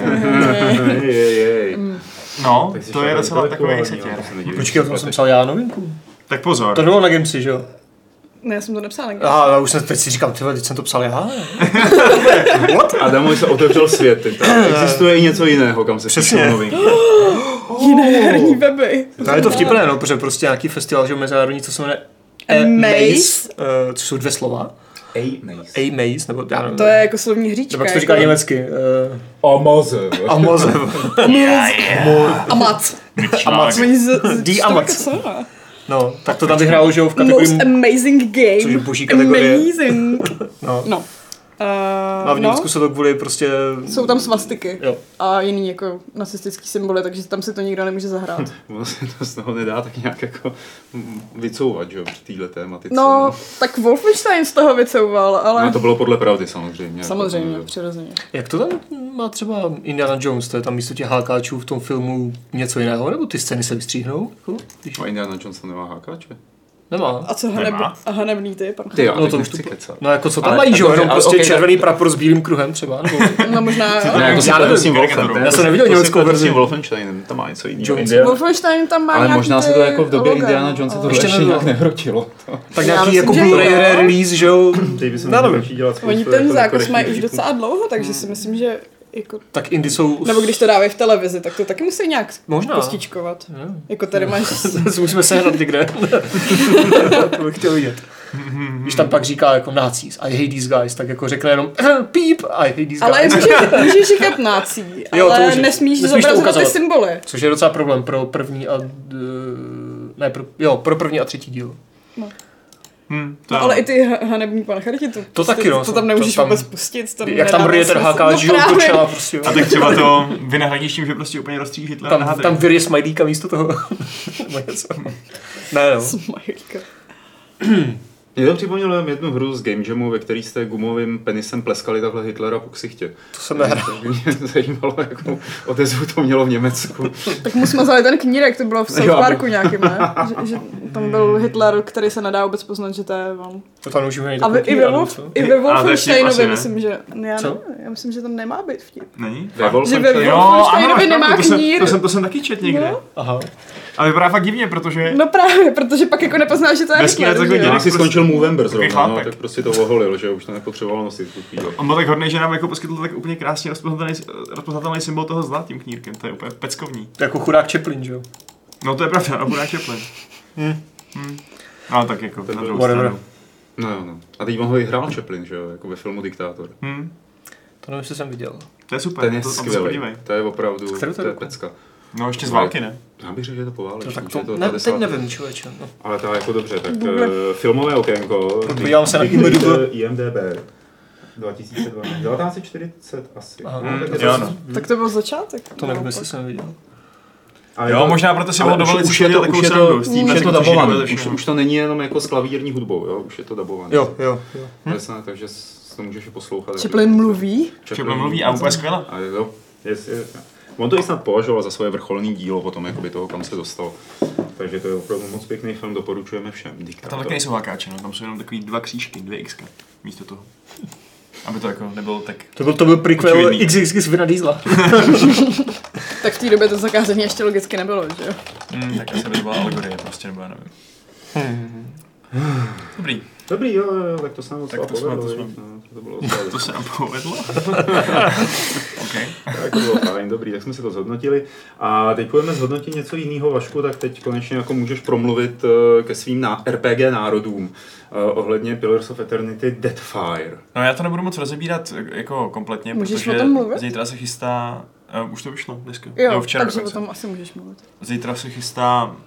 No, to je docela takový setěr. Počkej, o tom jsem psal já novinku. Tak pozor. To bylo na Gamesy, že jo? Ne, já jsem to nepsala. Aha, už teď si říkám, teď jsem to psal já. What? Adamovi se otevřel svět. Existuje i něco jiného, kam se píšou novinky. Jiné herní weby. No je to vtipné, no, protože prostě nějaký festival, že mezinárodní, co se jmenuje Maze, což jsou 2 slova. A-Maze, nebo já nevím. To je jako slovní hříčka. Nebo jak to říká německy. Amaze. Amat. Amat. Die Amat. No, tak to tam vyhrálo, že jo, v kategorii... Most amazing game. Což je boží kategorie. Amazing. No. A v Německu se to kvůli prostě... Jsou tam svastiky. Jo. A jiný jako nacistický symboly, takže tam si to nikdo nemůže zahrát. Ono se to z toho nedá tak nějak jako vycouvat, že jo, při téhle tématice. No, tak Wolfenstein z toho vycouval, ale... No to bylo podle pravdy samozřejmě. Samozřejmě, přirozeně. Jak to tam má třeba Indiana Jones, to je tam místo těch hákáčů v tom filmu něco jiného, nebo ty scény se vystříhnou? Když... A Indiana Jones to nemá hákáče? Nemá. A co hanebný ty, pan Ty jo, No to už nechci to... kecat. No jako co tam mají, že jo? Jenom prostě červený prapor s bílým kruhem třeba, nebo... No možná jo. Ne, jako si to s tím Wolfem. Já jsem neviděl německou verzi. S tím Wolfensteinem, tam má něco jiného. Wolfenstein tam má Ale nějaký možná se to jako v době loga, Indiana Jonesa to ještě nějak nehrotilo. Tak Já nějaký myslím, jako že Blu-ray jo. release, že jo? Oni ten zákaz mají už docela dlouho, takže si myslím, že jako... Tak indie jsou... Nebo když to dávají v televizi, tak to taky musí nějak Možná. postičkovat. Jo. Jako tady máš... Musíme sehnat někde. To bych chtěl vidět. Když tam pak říká jako Nazis, I hate these guys, tak jako řekne jenom peep, I hate these Ale guys. můžeš říkat nácí, Jo, to ale můžeš. nesmíš Nesmíš to zobrazovat ty ukazovat. symboly. Což je docela problém pro první a... Ne, pro první a třetí díl. No, ale i ty hanební pancharti, To taky, no. to tam nemůžeš To tam- vůbec pustit. To Jak tam nedává ryje ten smysl. hákáč, že jo, právě. do čela prostě. A tak třeba to vynahradíš tím, že prostě úplně rozstřílíš Hitlera na hadry. Tam vyrje smajlíka místo toho. Nebo něco. Ne, no. Smajlíka. Mě to připomnělo jednu hru z Game Jamu, ve který jste gumovým penisem pleskali takhle Hitlera po ksichtě. To jsem nehrál. Tak mě zajímalo, jakou odezvu to mělo v Německu. Tak mu smazali ten knírek, to bylo v South Jo, Parku nějakým, ne? Že tam byl Hitler, který se nedá vůbec poznat, že to je on. To tam můžeme najít A takovou i kníra, nebo co? ve A to je vtip Wolfensteinovi asi, ne? myslím, že... Já, Co? nevím, já myslím, že tam nemá být vtip. Není? Ve Že ve Wolfensteinu? Wolfensteinovi nemá knír. To jsem taky čet někde. No. Aha. A vypadá fakt divně, protože... No právě, protože pak jako nepoznáš, že to je Bez kníra Hitler, takhle že jo? Já si skončil Movember Takový zrovna, no, chlápek. tak prostě to oholil, že už to nepotřeboval nosit tu chvíli. On byl tak hodný, že nám jako poskytl tak úplně krásně rozpoznatelný symbol toho zla tím knírkem. To je úplně peckovní. Jako chudák Chaplin, že jo? No to je pravda, no chudák Chaplin. Ale tak jako To na byl druhou whatever. stranu. No jo, no. A teď on ho i hrál Chaplin, že jo, jako ve filmu Diktátor. To nevím, jestli jsem viděl. To je super. Ten je to se skvělý, podívej. to je opravdu, Kterou to to je roku? pecka. No ještě z války, ne? Já bych řekl, že je to pováleční, Tak že to, je to ne, 50. teď nevím, člověče. No. Ale to je jako dobře, tak filmové okénko. Podívám se na IMDb. 2012. 1940 asi. Aha. tak Jo, no. Tak to byl začátek. To nevím, jestli jsem viděl. Ale Jo, to- možná proto si ale mohl dovolit už si je to, takovou už je srandu. to, S tím už je jako to to dabovaný, židle, to už to není jenom jako s klavírní hudbou, jo, už je to dabovaný. Jo. Jasné, takže to můžeš i poslouchat. Chaplin mluví. Chaplin mluví a úplně skvěle. A jo, on to i snad považoval za svoje vrcholný dílo potom, jakoby toho, kam se dostal. Takže to je opravdu moc pěkný film, doporučujeme všem. A tam Diktátor. taky nejsou hákáče, no. Tam jsou jenom takový 2 křížky, 2 x místo toho. Aby to jako nebylo tak... To byl prequel Očividný. XXX Vina Diesla. Tak v té době to zakázání ještě logicky nebylo, že jo? Tak asi by to byla alegorie prostě, nebo já nevím. Dobrý, Dobrý, jo, tak to se nám docela to jsme- povedlo. to jsme- no, to bylo docela to se nám povedlo. OK. Tak to bylo fajn, dobrý, tak jsme si to zhodnotili. A teď budeme zhodnotit něco jiného, Vašku, tak teď konečně jako můžeš promluvit ke svým RPG národům ohledně Pillars of Eternity Deathfire. No já to nebudu moc rozebírat jako kompletně, Můžeš protože o tom mluvit? zítra se chystá... už to vyšlo dneska. Jo, včera takže o dokonce. tom asi můžeš mluvit. Zítra se chystá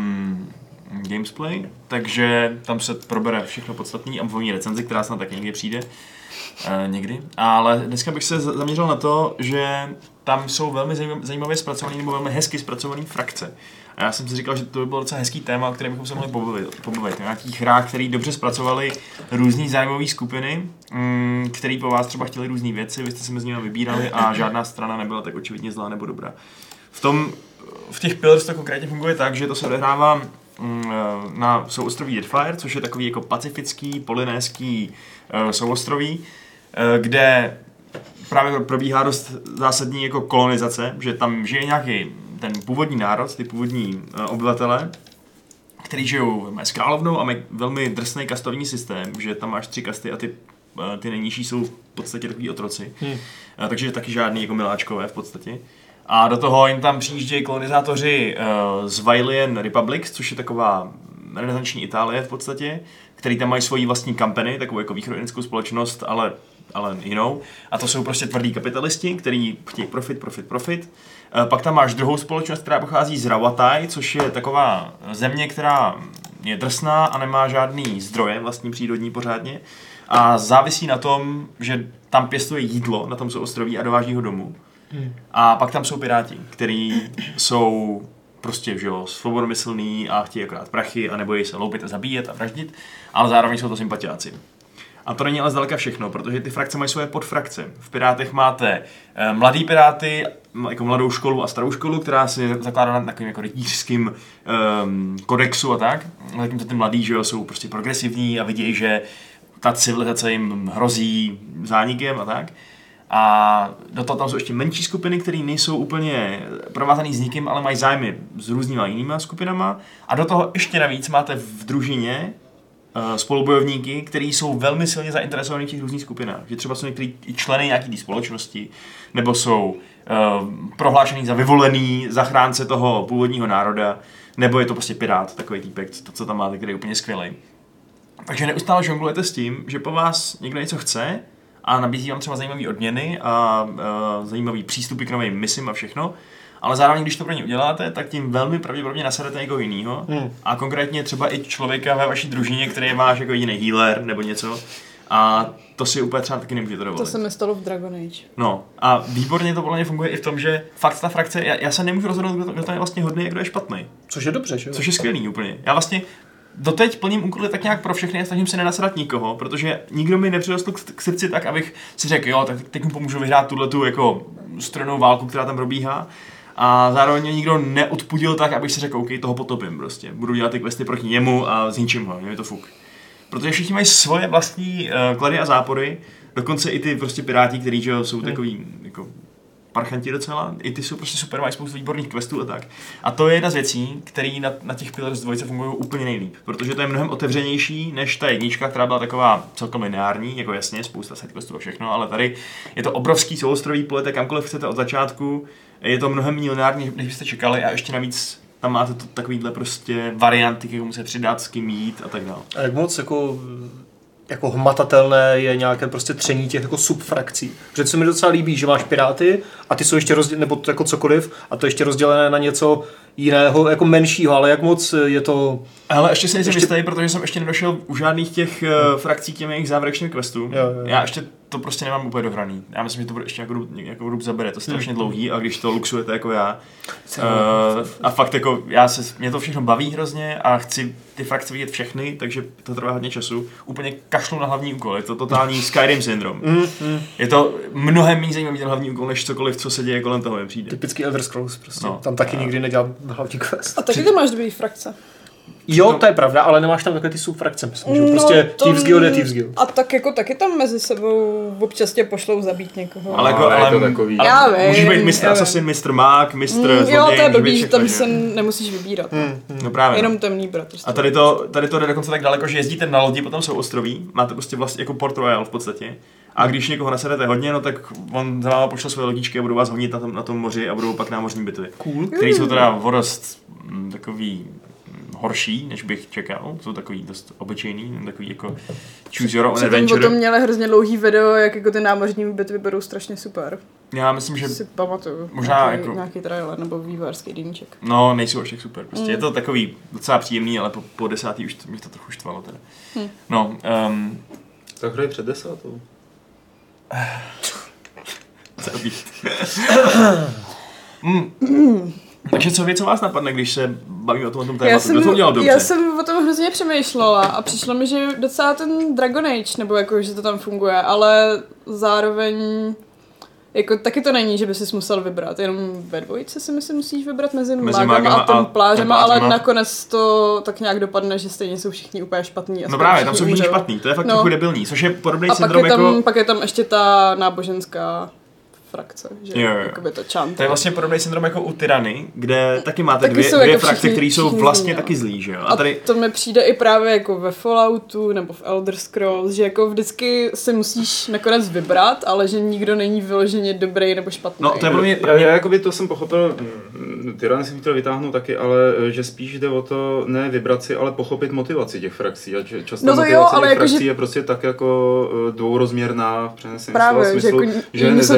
Gamesplay, takže tam se probere všechno podstatné a mluví recenzi, která snad taky někdy přijde. Někdy. Ale dneska bych se zaměřil na to, že tam jsou velmi zajímavě zpracované nebo velmi hezky zpracované frakce. A já jsem si říkal, že to by bylo docela hezký téma, o kterém bychom se mohli pobavit. O nějakých hrách, které dobře zpracovali různý zájmové skupiny, které po vás třeba chtěli různé věci, vy jste si mezi nimi vybírali a žádná strana nebyla tak očividně zlá nebo dobrá. V těch Pillars to konkrétně funguje tak, že to se odehrává na souostroví Deathfire, což je takový jako pacifický, polynéský souostroví, kde právě probíhá dost zásadní jako kolonizace, že tam žije nějaký ten původní národ, ty původní obyvatele, který žijou s královnou a mají velmi drsný kastovní systém, že tam máš 3 kasty a ty nejnižší jsou v podstatě takový otroci. Takže taky žádný jako miláčkové v podstatě. A do toho jim tam přijíždějí kolonizátoři z Vailian Republic, což je taková renesanční Itálie v podstatě, který tam mají svoji vlastní kampany, takovou jako východoindskou společnost, ale jinou. A to jsou prostě tvrdí kapitalisti, kteří chtějí profit. Pak tam máš druhou společnost, která pochází z Rauatai, což je taková země, která je drsná a nemá žádný zdroje vlastní přírodní pořádně. A závisí na tom, že tam pěstuje jídlo na tom souostroví a dováží ho domů. A pak tam jsou piráti, kteří jsou prostě, že jo, svobodomyslný a chtějí akorát prachy a nebojí se loupit a zabíjet a vraždit, ale zároveň jsou to sympatiáci. A to není ale zdaleka všechno, protože ty frakce mají svoje podfrakce. V Pirátech máte mladý Piráty, jako mladou školu a starou školu, která si zakládá na takovým jako rytířským kodexu a tak. Zatímco ty mladí, že jo, jsou prostě progresivní a vidějí, že ta civilizace jim hrozí zánikem a tak. A do toho tam jsou ještě menší skupiny, které nejsou úplně provázané s nikým, ale mají zájmy s různýma jinýma skupinama. A do toho ještě navíc máte v družině spolubojovníky, kteří jsou velmi silně zainteresovaní v těch různých skupinách. Že třeba jsou některý členy nějaké té společnosti, nebo jsou prohlášený za vyvolený zachránce toho původního národa, nebo je to prostě pirát, takový týpek, to, co tam máte, který je úplně skvělý. Takže neustále žonglujete s tím, že po vás někdo něco chce a nabízí vám třeba zajímavé odměny a zajímavý přístupy k novým misím a všechno, ale zároveň, když to pro ně uděláte, tak tím velmi pravděpodobně nasadete někoho jiného. A konkrétně třeba i člověka ve vaší družině, který je váš jako jediný healer nebo něco. A to si úplně třeba taky nemůžete dovolit. To se mi stalo v Dragon Age. No a výborně to podle mě funguje i v tom, že fakt ta frakce, já se nemůžu rozhodnout, kdo to je vlastně hodný a kdo je špatný. Což je dobře, že jo? Což je skvělý úplně. Já vlastně doteď plním úkoly tak nějak pro všechny a snažím se nenasadat nikoho, protože nikdo mi nepřirostl k srdci tak, abych si řekl, jo, tak teď mu pomůžu vyhrát tuhletu jako strojnou válku, která tam probíhá. A zároveň mě nikdo neodpudil tak, abych si řekl, OK, toho potopím prostě. Budu dělat ty questy proti němu a zničím ho, je to fuk. Protože všichni mají svoje vlastní klady a zápory, dokonce i ty prostě piráti, kteří jsou takový jako parchanti docela, i ty jsou prostě super, mají spoustu výborných questů a tak. A to je jedna z věcí, které na těch Pillars 2 fungují úplně nejlíp, protože to je mnohem otevřenější než ta jednička, která byla taková celkem lineární, jako jasně, spousta set questů a všechno, ale tady je to obrovský souostrový, plujete kamkoliv chcete od začátku, je to mnohem méně lineární, než byste čekali a ještě navíc tam máte to takovýhle prostě varianty, jak musíte přidat, s kým jít a tak dále. A jak moc jako hmatatelné je nějaké prostě tření těch jako subfrakcí. Protože se mi docela líbí, že máš piráty a ty jsou ještě rozdělené, nebo jako cokoliv, a to ještě rozdělené na něco jiného, jako menšího, ale jak moc je to... Ale ještě se nejsem jistý, protože jsem ještě nedošel u žádných těch frakcí k těm jejich závěrečným questů. Jo. Já ještě to prostě nemám úplně dohraný. Já myslím, že to bude ještě jako rub zabere, to je strašně dlouhý a když to luxujete jako já. A fakt jako mě to všechno baví hrozně a chci ty frakce vidět všechny, takže to trvá hodně času. Úplně kašlu na hlavní úkol, je to totální Skyrim syndrom. Je to mnohem méně zajímavý ten hlavní úkol, než cokoliv, co se děje kolem toho, mi přijde. Typický Elder Scrolls prostě. No. Tam taky nikdy nedělám hlavní quest. A taky ty máš dvě frakce. Jo, to je pravda, ale nemáš tam takové ty subfrakce, myslím, že prostě Thieves Guild je Thieves Guild. A tak jako taky tam mezi sebou občas tě pošlou zabít někoho. Ale je to takový. Já vím, můžeš být mistr assassin, mistr mák, mistr zloděj. Jo, to je blbý, že všechno, tam že? se nemusíš vybírat. No právě. Jenom temný bratrstvo. A tady to jde dokonce tak daleko, že jezdíte na lodi, potom jsou ostroví, máte prostě vlastně jako Port Royal v podstatě. A když někoho nasedete hodně, no tak on za váma pošle svoje lodičky a budou vás honit na tom moři a budou pak námořní bitvy. Cool. Který jsou teda vodost takový horší, než bych čekal. Jsou takový dost obyčejný, takový jako choose your own adventure. Potom měli hrozně dlouhý video, jak jako ty námořní bitvy budou strašně super. Já myslím, že si pamatuju. možná nějaký trailer nebo vývojářský deníček. No, nejsou až tak super. Prostě je to takový docela příjemný, ale po 10. už mě to trochu štvalo teda. No, tak hraje před 10. Takže co vás napadne, když se bavíme o tom tématu? Kdo to udělal dobře? Já jsem o tom hrozně přemýšlela a přišlo mi, že docela ten Dragon Age, nebo jako, že to tam funguje, ale zároveň jako taky to není, že by si musel vybrat, jenom ve dvojice si myslím musíš vybrat mezi mágama a templářema, ale nakonec to tak nějak dopadne, že stejně jsou všichni úplně špatní. No právě, tam jsou všichni špatný, to je fakt trochu debilní, což je podobný syndrom jako... pak je tam ještě ta náboženská frakce, že jakoby to chant. To je vlastně podobný syndrom jako u Tyrany, kde taky máte dvě frakce, které jsou vlastně taky zlí, že jo? A tady... to mi přijde i právě jako ve Falloutu nebo v Elder Scrolls, že jako vždycky si musíš nakonec vybrat, ale že nikdo není vyloženě dobrý nebo špatný. No, to je pro mě... Já jakoby to jsem pochopil, Tyrany jsem chtěl vytáhnout taky, ale že spíš jde o to ne vybrat si, ale pochopit motivaci těch frakcí. A často motivace těch frakcí je prostě tak jako dvourozměrná v přeneseném slova smyslu, že jako, jsou ty liberální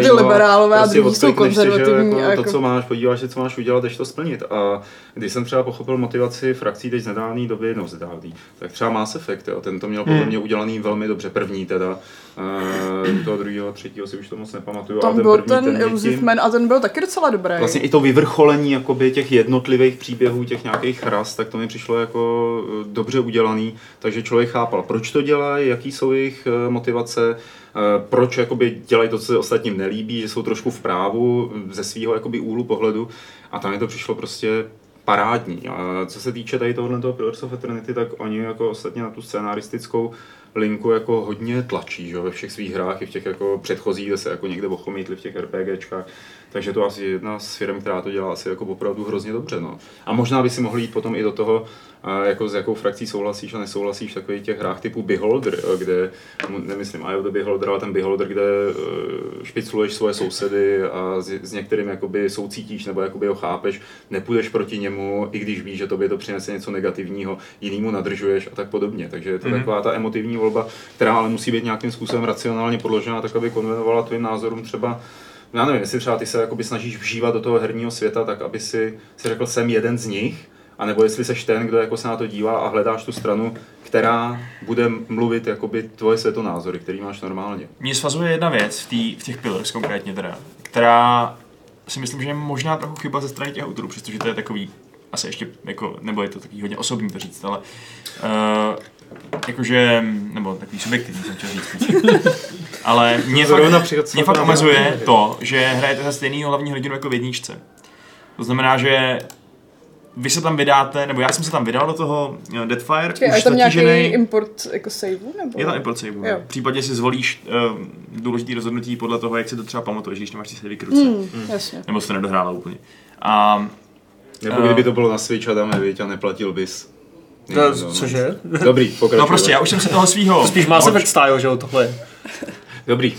liberálové a druhý jsou odklikneš si, že konzervativní. jako to, co máš, podíváš se, co máš udělat, až to splnit. A když jsem třeba pochopil motivaci frakcí teď z nedávné doby, tak třeba Mass Effect, jo, ten to měl podle mě udělaný velmi dobře, první teda. Toho druhého, třetího si už to moc nepamatuju. Tam byl ten Illusive Man a ten byl taky docela dobrý. Vlastně i to vyvrcholení jakoby těch jednotlivých příběhů, těch nějakých ras, tak to mi přišlo jako dobře udělaný, takže člověk chápal, proč to dělají, jaký jsou jejich motivace, proč jakoby dělají to, co se ostatním nelíbí, že jsou trošku v právu ze svého jakoby úhlu pohledu a tam mi to přišlo prostě parádní. A co se týče tady tohoto Pillars of Eternity, tak oni jako ostatně na tu scénaristickou linku jako hodně tlačí, že, ve všech svých hrách i v těch jako předchozích, kde se jako někde ochomítli v těch RPGčkách. Takže to asi jedna z firm, která to dělá asi jako opravdu hrozně dobře. No. A možná by si mohli jít potom i do toho, jako s jakou frakcí souhlasíš a nesouhlasíš v takových těch hrách typu Beholder, kde, nemyslím Eye of the Beholder, ale ten Beholder, kde špicluješ svoje sousedy a s některým jakoby soucítíš nebo jakoby ho chápeš, nepůjdeš proti němu, i když víš, že tobě to přinese něco negativního, jinýmu nadržuješ a tak podobně. Takže je to taková ta emotivní volba, která ale musí být nějakým způsobem racionálně podložená, tak aby konvenovala tvým názorům třeba. Já nevím, jestli třeba ty se jakoby snažíš vžívat do toho herního světa, tak aby si řekl, jsem jeden z nich, anebo jestli seš ten, kdo jako se na to dívá a hledáš tu stranu, která bude mluvit jakoby tvoje světonázory, který máš normálně. Mně svazuje jedna věc v těch Pillars konkrétně teda, která si myslím, že je možná trochu chyba ze strany těch autorů, přestože to je takový, asi ještě jako, nebo je to takový hodně osobní to říct, ale jakože, nebo takový subjektivní jsem chtěl říct. Ale mě fakt omezuje to, že hrajete za stejného hlavního hrdinu jako v jedničce. To znamená, že vy se tam vydáte, nebo já jsem se tam vydal do toho Deadfire. Je tam nějaký import jako saveu? Nebo? Je tam import saveu. V případě si zvolíš důležitý rozhodnutí podle toho, jak si to třeba pamatuješ, když nemáš ty savey k ruce. Jasně. Nebo jsi to nedohrála úplně. Nebo kdyby to bylo na Switch a dáme, a neplatil bys. Cože? Dobrý, pokračuj. No prostě, já už jsem si toho svýho... To spíš Mass Effect style, že jo, tohle. Dobrý.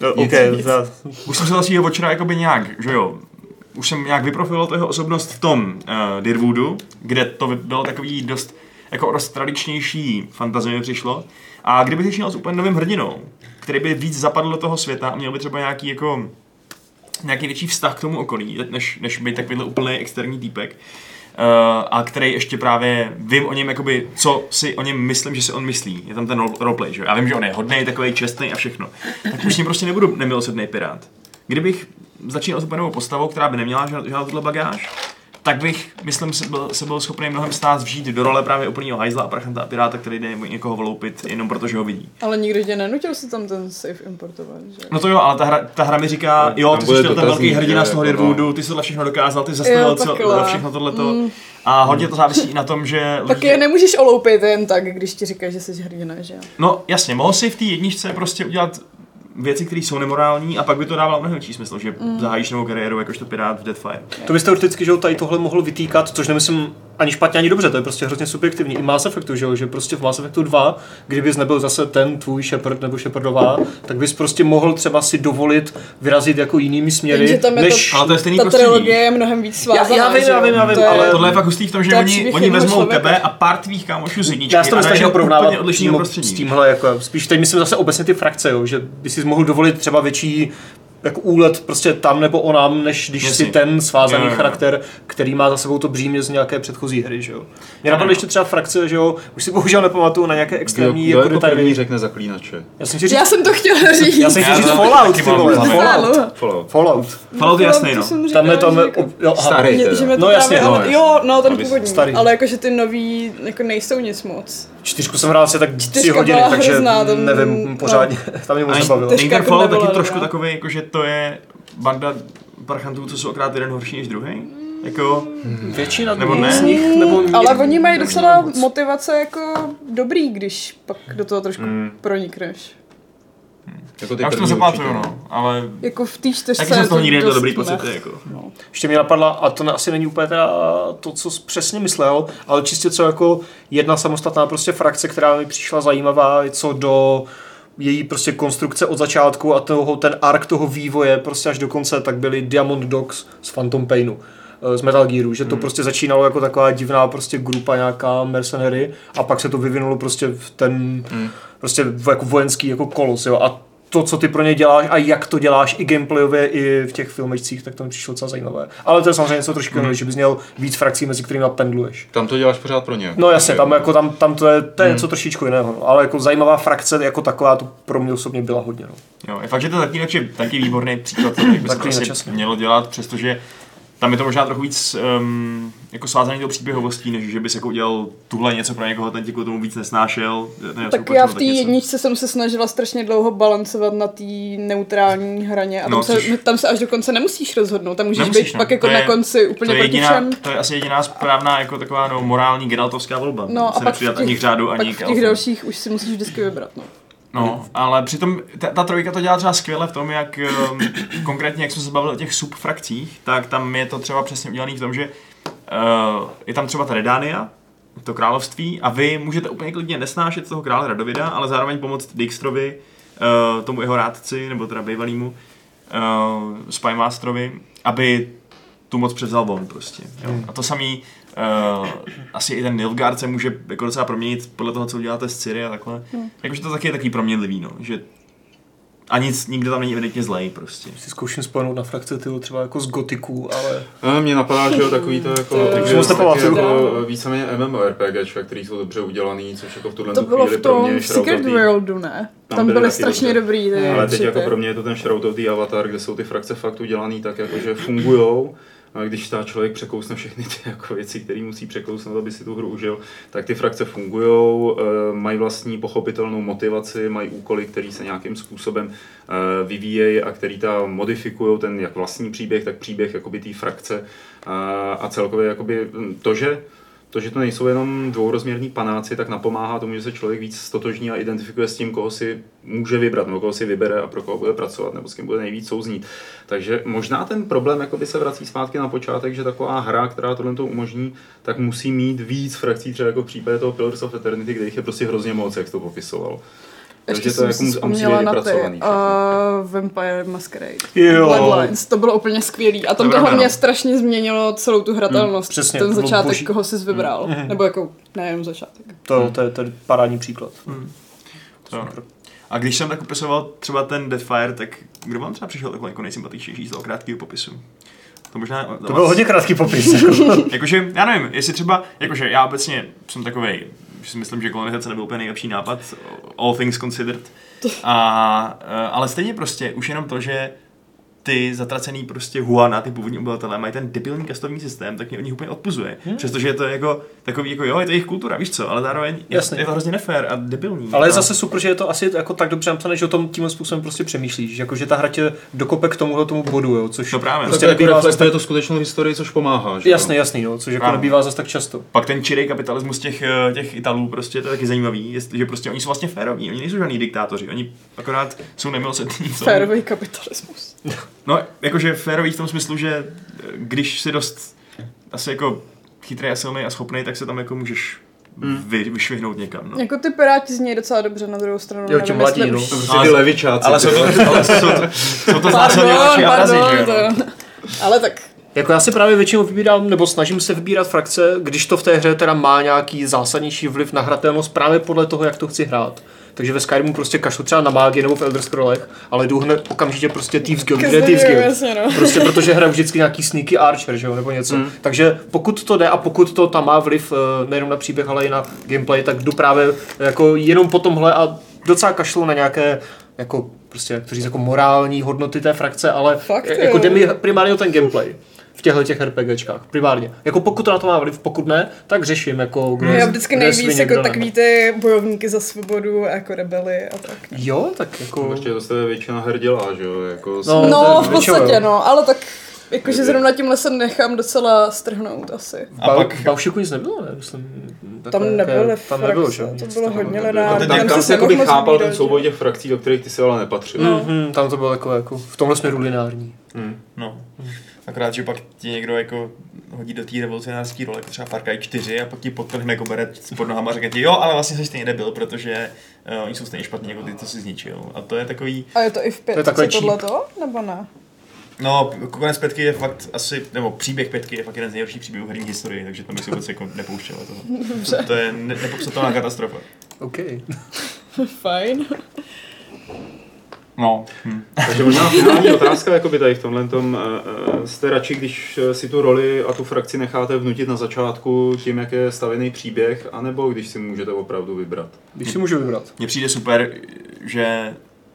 Už jsem se toho svýho Watchera jakoby nějak, že jo, už jsem nějak vyprofiloval toho osobnost v tom Dirwoodu, kde to bylo takový dost tradičnější fantazie mi přišlo. A kdyby začínal s úplně novým hrdinou, který by víc zapadl do toho světa a měl by třeba nějaký větší vztah k tomu okolí, než být takovýhle úplný externí týpek, a který ještě právě vím o něm, jakoby, co si o něm myslím, že si on myslí. Je tam ten roleplay, že jo? Já vím, že on je hodnej, takovej čestnej a všechno. Tak už s ním prostě nebudu nemilosrdný pirát. Kdybych začínal s úplně novou postavou, která by neměla žádnou tuhle bagáž, tak bych, myslím, se byl schopný mnohem z nás vžít do role právě úplného hajzla a prachanta a piráta, který jde někoho voloupit jenom protože ho vidí. Ale nikdo tě nenutil se tam ten save importovat, že? No to jo, ale ta hra mi říká, jo, ty jsi ten velký hrdina z toho Dirwoodu, ty jsi tohle všechno dokázal, ty zastavil všechno tohleto. A hodně to závisí i na tom, že... Tak je nemůžeš oloupit jen tak, když ti říkáš, že jsi hrdina, že jo? No jasně, mohl si v té jedničce prostě udělat věci, které jsou nemorální a pak by to dávalo mnohem větší smysl, že zahájíš novou kariéru jakožto pirát v Deadfire. To byste teoreticky, že tady tohle mohl vytýkat, což nemyslím ani špatně, ani dobře, to je prostě hrozně subjektivní. I Mass Effectu, že prostě v Mass Effectu 2, kdybys nebyl zase ten tvůj Shepard nebo Shepardová, tak bys prostě mohl třeba si dovolit vyrazit jako jinými směry, než... Ale to je stejný ta trilogie je mnohem víc svázaná. Já vím, ale tohle je fakt hustý v tom, že oni vezmou tebe a pár tvých kámošů z jedničky já to nestačil porovnávat s tímhle, jako, spíš teď myslím zase obecně ty frakce, jo, že by si mohl dovolit třeba větší jako úlet prostě tam nebo onam, než když si ten svázaný charakter, který má za sebou to břímě z nějaké předchozí hry, že jo. Mě napadlo ještě třeba frakce, že jo, už si bohužel nepamatuju na nějaké extrémní jako detaily. Řekne Zaklínače. Já jsem to chtěla říct. Já jsem chtěl říct Fallout, ty vole. Fallout je jasný, no. Tam starý. No jasně, no ten původní. Ale jakože ty nový jako nejsou nic moc. 4 jsem hrál asi tak 3 hodiny, takže nevím pořádně. Tam mě moc nebavilo. Ten Fallout taky trošku takový, jakože to je banda parchantů, co jsou akrát jeden horší než druhý. Jako většina nebo ne? z nich, nebo ale oni mají docela motivace jako dobrý, když pak do toho trošku pronikneš. Jako já už to zapamatuju, no, ale jako v té 4 jsem z toho nikdy neměl dobrý pocit, jako. No. Ještě mi napadla, a to asi není úplně teda to, co jsi přesně myslel, ale čistě co jako jedna samostatná prostě frakce, která mi přišla zajímavá, co do její prostě konstrukce od začátku a ten ark toho vývoje prostě až do konce, tak byly Diamond Dogs z Phantom Painu z Metal Gearu, že to prostě začínalo jako taková divná prostě grupa nějaká mercenary a pak se to vyvinulo prostě v ten prostě jako vojenský jako kolos, jo, a to, co ty pro ně děláš a jak to děláš i gameplayově, i v těch filmečcích, tak to mi přišlo docela zajímavé. Ale to je samozřejmě něco trošku jiného, že bys měl víc frakcí, mezi kterými pendluješ. Tam to děláš pořád pro ně. No jasně, tam to je něco trošičku jiného, no. Ale jako zajímavá frakce jako taková to pro mě osobně byla hodně. No. Jo, je fakt, že to je taky výborný příklad, jak by se to asi mělo dělat, přestože tam je to možná trochu víc jako svázaný tou příběhovostí, než že bys jako udělal tuhle něco pro někoho, ten ti k tomu víc nesnášel. Tak já v té jedničce jsem se snažila strašně dlouho balancovat na té neutrální hraně a tam se až do konce nemusíš rozhodnout, tam můžeš být pak jako na konci úplně proti všem. To je asi jediná správná jako taková morální geraltovská volba. No a pak v těch dalších už si musíš vždycky vybrat. No, ale přitom ta trojka to dělá třeba skvěle v tom, jak konkrétně, jak jsme se bavili o těch subfrakcích, tak tam je to třeba přesně udělané v tom, že je tam třeba ta Redánia, to království, a vy můžete úplně klidně nesnášet toho krále Radovida, ale zároveň pomoct Dijkstrovi, tomu jeho rádci, nebo teda bývalýmu Spymasterovi, aby tu moc převzal on prostě. Jo. A to samý asi i ten Nilfgaard se může jako docela proměnit podle toho, co uděláte s Ciri a takhle. Jakože to taky je takový proměnlivý, no. Že a nikdo tam není evidentně zlej prostě. Si zkouším spojenout na frakce tyho třeba jako z gotiků, ale... Mně napadá, že jo, takový to jako... jako víceméně MMORPGčka, který jsou dobře udělaný, což jako v tuhle chvíli pro mě je šroutový. To bylo v tom Secret Worldu, ne? Tam byly strašně dobrý. Ale teď jako pro mě je to ten šroutový avatar, kde jsou ty frakce fakt udělaný tak, jako, že fungujou. A když ta člověk překousne všechny ty jako věci, které musí překousnout, aby si tu hru užil, tak ty frakce fungujou, mají vlastní pochopitelnou motivaci, mají úkoly, které se nějakým způsobem vyvíjejí a který tam modifikují ten jak vlastní příběh, tak příběh jakoby té frakce a celkově jakoby to, že to nejsou jenom dvourozměrní panáci, tak napomáhá tomu, že se člověk víc stotožní a identifikuje s tím, koho si může vybrat, nebo koho si vybere a pro koho bude pracovat, nebo s kým bude nejvíc souznít. Takže možná ten problém jakoby se vrací zpátky na počátek, že taková hra, která tohle to umožní, tak musí mít víc frakcí, třeba jako v případě toho Pillars of Eternity, kde jich je prostě hrozně moc, jak to popisoval. Ještě jsem si vzpomněla na ty Vampire Masquerade. Bloodlines, to bylo úplně skvělý. A tam to hlavně strašně změnilo celou tu hratelnost. Přesně, ten začátek, koho jsi vybral. Nebo jako, nejenom začátek. To je parádní příklad. A když jsem tak popisoval třeba ten Deathfire, tak kdo vám třeba přišel takový jako nejsympatičnější z toho krátkého popisu? To byl hodně krátký popis. Jakože, já nevím, jestli třeba, jakože já obecně jsem takovej, že si myslím, že kolonizace nebyl úplně nejlepší nápad, all things considered, ale stejně prostě už jenom to, že ty zatracený prostě Huana, ty původní obyvatelé, mají ten debilní kastovní systém, tak mě od nich úplně odpuzuje. Přestože je to jako takový, jako jo, je to jejich kultura, víš co, ale zároveň je to hrozně nefér a debilní. Ale je zase super, že je to asi jako tak dobře napsané, že o tom tímhle způsobem prostě přemýšlíš, jako že ta hra tě dokope k tomu bodu, jo, což to právě. Prostě nebývá zase je to skutečnou historii, což pomáhá, že? Jasný, no, což jako nebývá zase tak často. Pak ten čirý kapitalismus těch Italů prostě to je taky zajímavý, že prostě oni jsou vlastně féroví, oni nejsou žádní diktátoři, oni akorát jsou nemilosrdní. Férový kapitalismus. No, jakože férový v tom smyslu, že když jsi dost asi jako chytrý a silný a schopný, tak se tam jako můžeš vyšvihnout někam. No. Jako ty Piráti znějí docela dobře na druhou stranu. Jo, ti mladí, no. Prostě ty levičáci. Ale jsou to znásilňovači a vrazi, že jo? Ale tak... Jako já si právě většinou vybírám, nebo snažím se vybírat frakce, když to v té hře teda má nějaký zásadnější vliv na hratelnost právě podle toho, jak to chci hrát. Takže ve Skyrimu prostě kašlu třeba na mágii nebo v Elder Scrollech, ale jdu hned okamžitě prostě Thieves Guild, kde je Thieves Guild. Jasně, no. Prostě protože hraju vždycky nějaký sneaky archer, že jo, nebo něco. Takže pokud to jde a pokud to tam má vliv nejenom na příběh, ale i na gameplay, tak jdu právě jako jenom po tomhle a docela kašlu na nějaké jako prostě jak to říct, jako morální hodnoty té frakce, ale fakt, jako jde mi primárně o ten gameplay. V těch RPGčkách, primárně. Jako pokud to na to má vliv, pokud ne, tak řeším jako... Já vždycky nejvíc jako takový ty bojovníky za svobodu, jako rebely a tak. Jo, tak jako... Ještě to se většina her dělá, že jo? Jako no v podstatě, no, ale tak... Jakože zrovna tímhle se nechám docela strhnout asi. A pak Baušiku nic nebylo, ne? Myslím, tam nebyly frakce, to bylo hodně lidá. Tam se jakoby chápal ten souboj těch frakcí, do kterých ty si ale nepatřil. Tam to bylo takové jako v tomhle směru lineární. No. Akorát, že pak ti někdo jako hodí do té revolucionářské role, jako třeba Far Cry 4 a pak ti podtrhne koberec pod nohama a řekne ti, jo, ale vlastně jsi stejně nebyl, protože oni jsou stejně špatní jako ty, co jsi zničil. A to je takový... A je to i v 5 tohleto, nebo ne? No, konec 5 je fakt asi, nebo příběh 5 je fakt jeden z nejhorších příběhů herní historii, takže to bych si vůbec jako nepouštěl toho. To je nepopsatelná katastrofa. OK. Fajn. No. Takže možná finální otázka jakoby tady v tomhle tom. Jste radši, když si tu roli a tu frakci necháte vnutit na začátku tím, jak je stavěný příběh, anebo když si můžete opravdu vybrat? Když si můžu vybrat. Mně přijde super, že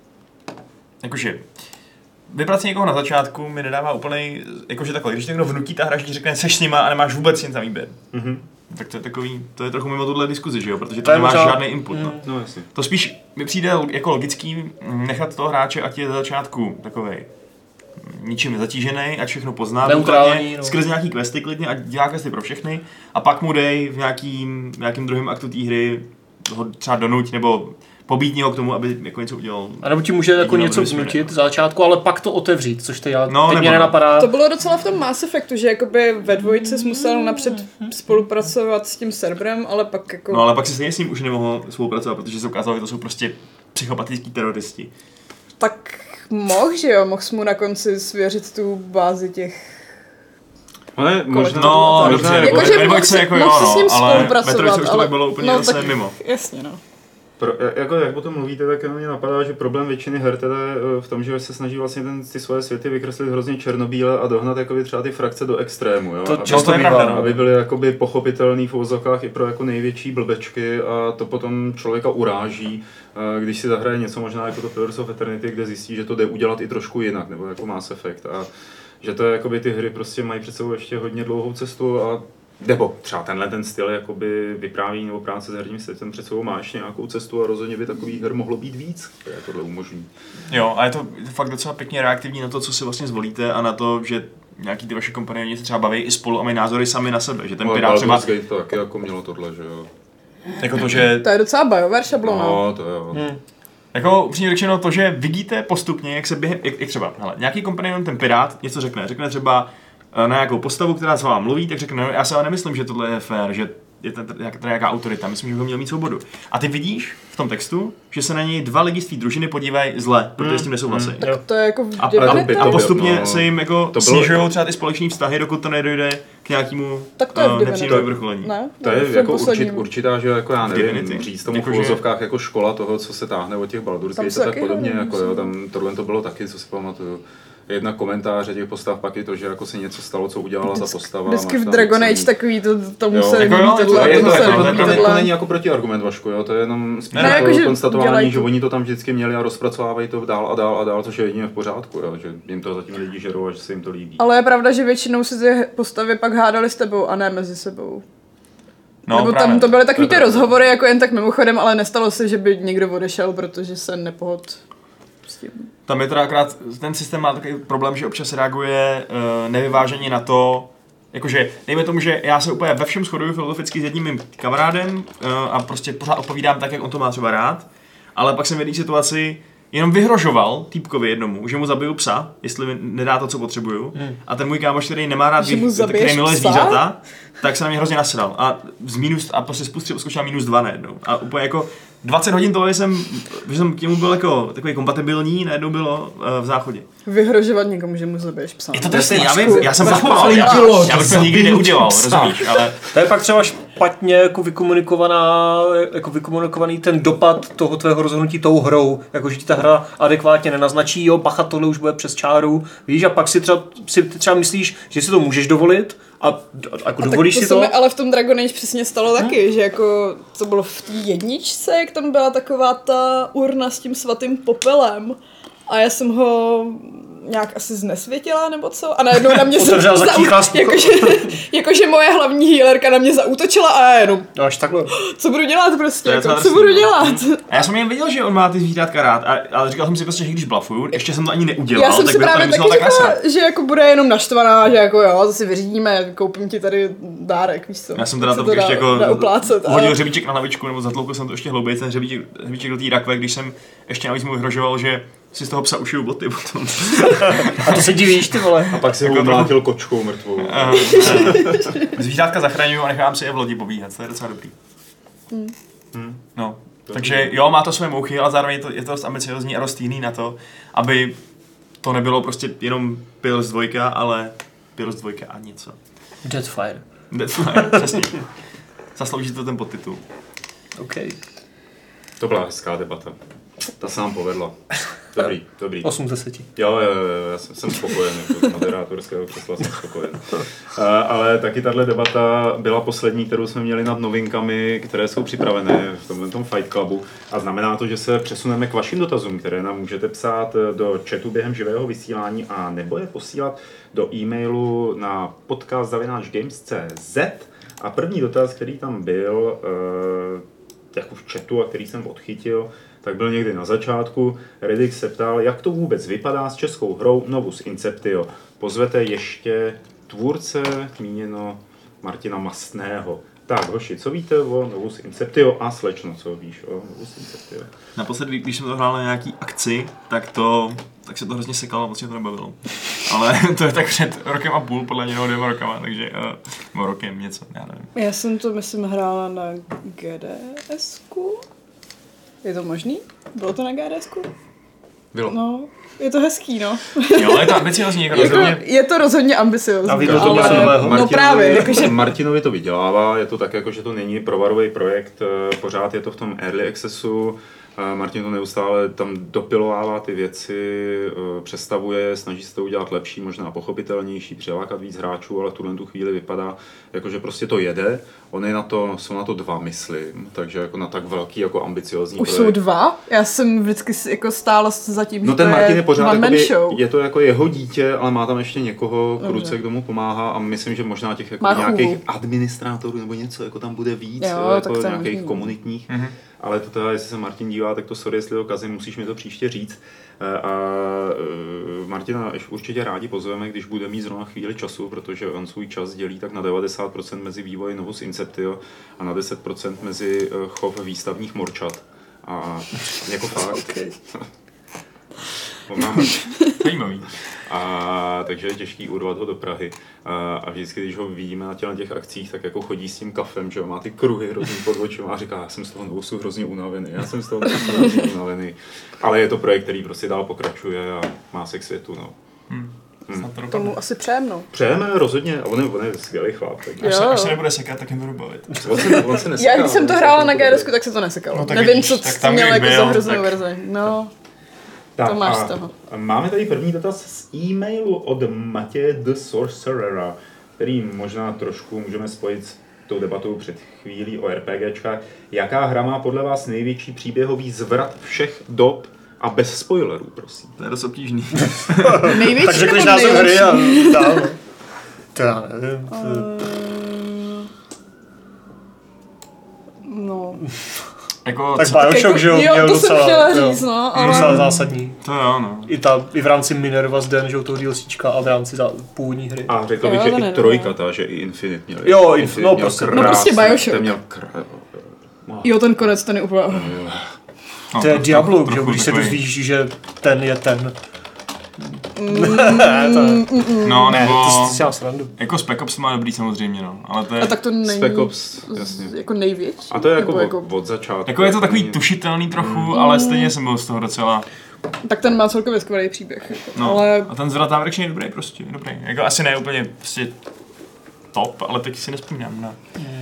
jakože vybrat si někoho na začátku mi nedává úplnej, jakože takhle, když někdo vnutí ta hra, že ti řekne seš s nima a nemáš vůbec nic na výběr. Tak to je takový, to je trochu mimo tuhle diskuzi, že jo, protože tam nemáš žádný input. No jasně. To spíš mi přijde jako logický nechat toho hráče, ať je za začátku takovej ničím nezatížený, ať všechno pozná, neutrální, skrz nějaký questy klidně, ať dělá questy pro všechny a pak mu dej v nějakým druhém aktu té hry ho třeba donuť nebo pobít něho k tomu, aby jako něco udělal. A nebo ti může jako něco vnutit v začátku, ale pak to otevřít, což teď mě nenapadá. To bylo docela v tom Mass Effectu, že jakoby ve dvojici jsi musel napřed spolupracovat s tím serverem, ale pak jako... No ale pak si stejně s ním už nemohl spolupracovat, protože se ukázalo, že to jsou prostě psychopatický teroristi. Tak mohl, že jo, mohl jsi mu na konci svěřit tu bázi těch... Ale možná... No, dobře, mohl si s ním spolupracovat, už to bylo úplně zase mimo. Jasně, no. Jak o tom mluvíte, tak mě napadá, že problém většiny her teda v tom, že se snaží vlastně ty svoje světy vykreslit hrozně černobíle a dohnat jakoby třeba ty frakce do extrému, jo? Aby byly jakoby pochopitelný v uvozovkách i pro jako největší blbečky a to potom člověka uráží, když si zahraje něco možná jako to Pillars of Eternity, kde zjistí, že to jde udělat i trošku jinak, nebo jako Mass Effect a že to je jakoby ty hry prostě mají před sebou ještě hodně dlouhou cestu a nebo třeba ten styl jakoby vypráví nebo práce s herním světem před sebou máš nějakou cestu a rozhodně by takových her mohlo být víc, které tohle umožní. Jo, a je to fakt docela pěkně reaktivní na to, co si vlastně zvolíte a na to, že nějaký ty vaše kompanionti se třeba baví i spolu a mají názory sami na sebe, že ten pirát třeba... Gate to taky jako mělo tohle, že jo. Jako to, že... To je docela BioWare šablona. No, to jo. Jako upřímně řečeno to, že vidíte postupně, jak se během, jak třeba, hele, nějaký kompanion, ten pirát něco řekne třeba na nějakou postavu, která s vámi mluví, tak řekne, no, já se ale nemyslím, že tohle je fér, že je to nějaká autorita, myslím, že by měl mít svobodu. A ty vidíš v tom textu, že se na něj dva lidi z té družiny podívají zle, protože s tím nesouhlasí. Tak to je jako a postupně se jim jako snižují třeba ty společné vztahy, dokud to nedojde k nějakému nepříjemnému vyvrcholení. To je jako určitá, že jako já nevím, říct tomu v uvozovkách jako škola toho, co se táhne od těch Baldur's Gate, tak podobně, jako jo, tam tohle to bylo taky, co si pamatuju. Jedna komentáře těch postav pak je to, že jako se něco stalo, co udělala ta postava. Vždycky v Dragon Age takový to museli líbit tohle. To není jako protiargument, Vašku, jo? To je jenom spíš jako konstatování, že oni to tam vždycky měli a rozpracovávají to dál a dál, což je jedině v pořádku, jo? Že jim to zatím lidi žerou a že se jim to líbí. Ale je pravda, že většinou si ty postavy pak hádali s tebou a ne mezi sebou. No, nebo tam to byly takový ty rozhovory jako jen tak mimochodem, ale nestalo se, že by někdo odešel, protože se nepohodl. Tam je teda akorát, ten systém má takový problém, že občas reaguje nevyváženě na to, jakože dejme tomu, že já se úplně ve všem shoduju filozoficky s jedním mým kamarádem a prostě pořád odpovídám tak, jak on to má třeba rád, ale pak jsem v jedné situaci jenom vyhrožoval týpkovi jednomu, že mu zabiju psa, jestli mi nedá to, co potřebuju. A ten můj kámoš, který nemá rád, který miluje zvířata, tak se na mě hrozně nasral. A prostě skočil na -2 najednou. A úplně jako 20 hodin toho, že jsem k němu byl jako takový kompatibilní, najednou bylo v záchodě. Vyhrožovat někomu, že mu zabiješ psa. Je to trestný, já jsem zachoval, já bych to nikdy neudělal, rozumíš, ale... To je pak třeba špatně jako vykomunikovaný ten dopad toho tvého rozhodnutí tou hrou, jako že ti ta hra adekvátně nenaznačí, jo, bacha, tohle už bude přes čáru, víš, a pak si třeba myslíš, že si to můžeš dovolit a jako dovolíš si to. Ale v tom Dragon Age přesně stalo taky, že jako to bylo v té jedničce, jak tam byla taková ta urna s tím svatým popelem a já jsem ho nějak asi znesvětila nebo co a najednou na mě jakože moje hlavní healerka na mě zaútočila a já jenom až takhle. Co budu dělat prostě, jako, co budu dělat? A já jsem jen viděl, že on má ty zvířátka rád, ale říkal jsem si prostě, že když blufuju, ještě jsem to ani neudělal, já jsem tak si právě taky říkala, tak že jako bude jenom naštvaná, že jako jo, to si vyřídíme, koupím ti tady dárek, víš co. Já jsem teda to ještě jako hodil hřebíček na hlavičku, nebo zatloukl jsem to ještě hlouběji, ten hřebíček do té rakve, když jsem ještě navíc mu vyhrožoval, že si z toho psa ušiju boty potom. A to se divíš, ty vole. A pak si ho mlátil kočkou mrtvou. Zvířátka zachraňuju a nechám si je v lodi pobíhat, to je docela dobrý. No, takže jo, má to své mouchy, ale zároveň je to dost ambiciozní a roztýhný na to, aby to nebylo prostě jenom Pillars 2, ale Pillars 2 a něco. Deathfire, přesně. Zaslouží to ten podtitul. OK. To byla hezká debata. Ta se nám povedla. Dobrý. 8 z 10. Jo, já jsem spokojen, jako z moderátorského křesla jsem spokojen. Ale taky tahle debata byla poslední, kterou jsme měli nad novinkami, které jsou připravené v tomto Fight Clubu. A znamená to, že se přesuneme k vašim dotazům, které nám můžete psát do chatu během živého vysílání a nebo je posílat do e-mailu na podcast@games.cz. A první dotaz, který tam byl, jako v chatu a který jsem odchytil, tak byl někdy na začátku. Redix se ptal, jak to vůbec vypadá s českou hrou Novus Inceptio. Pozvete ještě tvůrce, míněno Martina Mastného. Tak, hoši, co víte o Novus Inceptio a slečno, co víš o Novus Inceptio? Naposledy, když jsem to hrál na nějaký akci, tak se to hrozně sekalo a moc mě to nebavilo. Ale to je tak před rokem a půl, podle něho 2 rokama, takže rokem něco, já nevím. Já jsem to, myslím, hrála na GDS-ku. Je to možný? Bylo to na GDS-ku? Bylo. No, je to hezký, no. Jo, je to ambiciozní. Je to rozhodně ambiciozní. A viděl to něco nového. No právě, jakože... Martinovi to vydělává, je to tak jako, že to není provarový projekt, pořád je to v tom early accessu. Martin to neustále tam dopilovává ty věci, přestavuje, snaží se to udělat lepší, možná pochopitelnější, přilákat víc hráčů, ale v tuhle tu chvíli vypadá, jako že prostě to jede. Jsou na to 2, myslím, takže jako na tak velký, jako ambiciozní Už projekt. jsou 2? Já jsem vždycky jako stála za tím, No že ten to Martin je je pořád one-man show. je to jako jeho dítě, ale má tam ještě někoho k ruce, kdo mu pomáhá a myslím, že možná těch jako nějakých administrátorů nebo něco jako tam bude víc, jo, jako nějakých komunitních. Mm-hmm. Ale to teda, jestli se Martin dívá, tak to sorry, jestli ho kazím, musíš mi to příště říct. A Martina určitě rádi pozveme, když bude mít zrovna chvíli času, protože on svůj čas dělí tak na 90% mezi vývoj Novus Inceptio a na 10% mezi chov výstavních morčat. A jako fakt. Okay. Zajímavý. A takže je těžký urvat ho do Prahy. A vždycky, když ho vidíme na těch akcích, tak jako chodí s tím kafem, že má ty kruhy hrozně pod očima a říká, já jsem z toho Novusu hrozně unavený, Ale je to projekt, který prostě dál pokračuje a má se k světu, no. Tomu asi přejemno. Přejeme rozhodně, a on je skvělý chlap. Až se nebude sekat, tak jim to bavit. On se neseká, Já když jsem to hrála na GDSku, tak se to nesekalo. No, nevím, vidíš, co měl jako za hroznou verzi. No. Tak, to máš z toho. Máme tady první dotaz z e-mailu od Matěje the Sorcerera, který možná trošku můžeme spojit s tou debatou před chvílí o RPGčkách. Jaká hra má podle vás největší příběhový zvrat všech dob a bez spoilerů, prosím? To je dost obtížný. Největší tak řekneš název hry a dál. To já nevím. No. Jako, tak Bioshock, že jo, měl to docela, jsem chtěla říct, no, ale... docela zásadní. To jo, no. I v rámci Minerva's Den, že jo, toho DLCčka a v rámci původní hry. A řekl bych, že i trojka, že i Infinite měl. Jo, no prostě. No prostě Bioshock. Ten měl Jo, ten konec, ten je úplně... To je Diablo, že když se dozvíš, že ten je ten. No, nebo... To si srandu. Jako Spec Ops má dobrý samozřejmě, no. Ale to je... A tak to není Spec Ops, jasně. Jako největší. A to je jako od začátku. Jako je to takový tušitelný trochu, ale stejně jsem byl z toho docela... Tak ten má celkově skvělý příběh. No, ale... a ten zvrat návrh je dobrý prostě, dobrý. Jako asi ne úplně prostě top, ale taky si nespomínám na...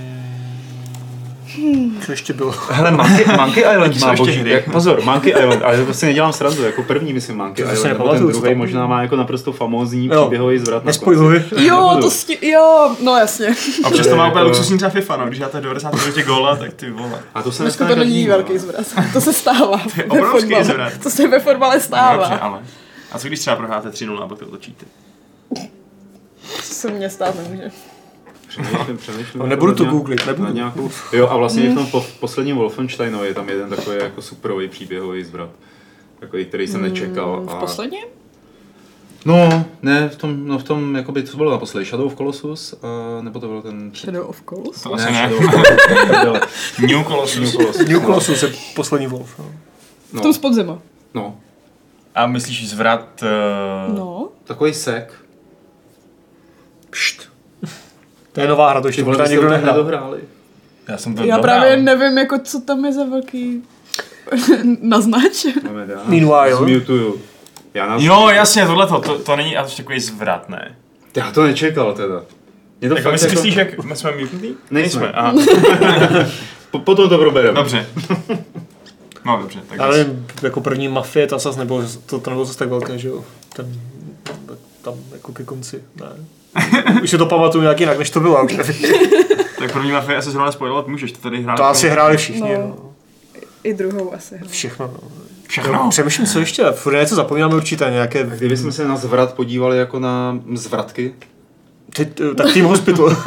Co ještě bylo? Hele, Monkey Island má boží. Pozor, Monkey Island, ale to prostě nedělám srandu, jako první myslím Monkey Island, nebo ten druhý možná má jako naprosto famózní příběhový zvrat. Nespojluji. Jo, jo, no jasně. A občas to má úplně luxusní třeba FIFA, no, když dáte 90 minutě góla, tak ty vole. A to se nestane. To není velký zvrat, to se stává. To je obrovský zvrat. To se ve fotbale stává. Dobře, ale. A co když třeba prohráte 3-0 a pak to otočíte? To se mně stát nemůže. Přemýšlím. Nebudu to googlit, nebudu. Nějakou, jo, a vlastně v tom posledním Wolfensteinu je tam jeden takový jako superový příběhový zvrat. Takový, který jsem nečekal. V posledním? No, ne, v tom, jakoby, co bylo naposledy, Shadow of Colossus, nebo to byl ten... Shadow of Colossus? To asi ne. New Colossus. New Colossus je poslední Wolf. V tom z podzima. No. A myslíš zvrat... No. Takový sek. Pšt. To je nová hra, to ještě možná někdo nedohráli. Já právě nevím, jako co tam je za velký naznač. Meanwhile. Zmutuju. Jo, jasně, tohleto, to není až takový zvrat, ne? Já to nečekal teda. Tak my si myslíš, jak jsme mutnutý? Nejsme. Potom to probereme. Dobře. No dobře, tak Ale jako první Mafie, ta zase nebylo, to nebylo zase tak velké, že jo? Tam jako ke konci, ne. Už si to pamatuju nějak jinak, než to bylo. Už tak první Mafie asi zrovna spoilovat můžeš, to tady hrát. To asi hráli všichni, no. I druhou asi. Všechno, no. Všechno. Přemýšlím, co ještě, furt něco zapomínáme určitě, nějaké... Kdybychom se na zvrat podívali jako na zvratky, tak Team Hospital.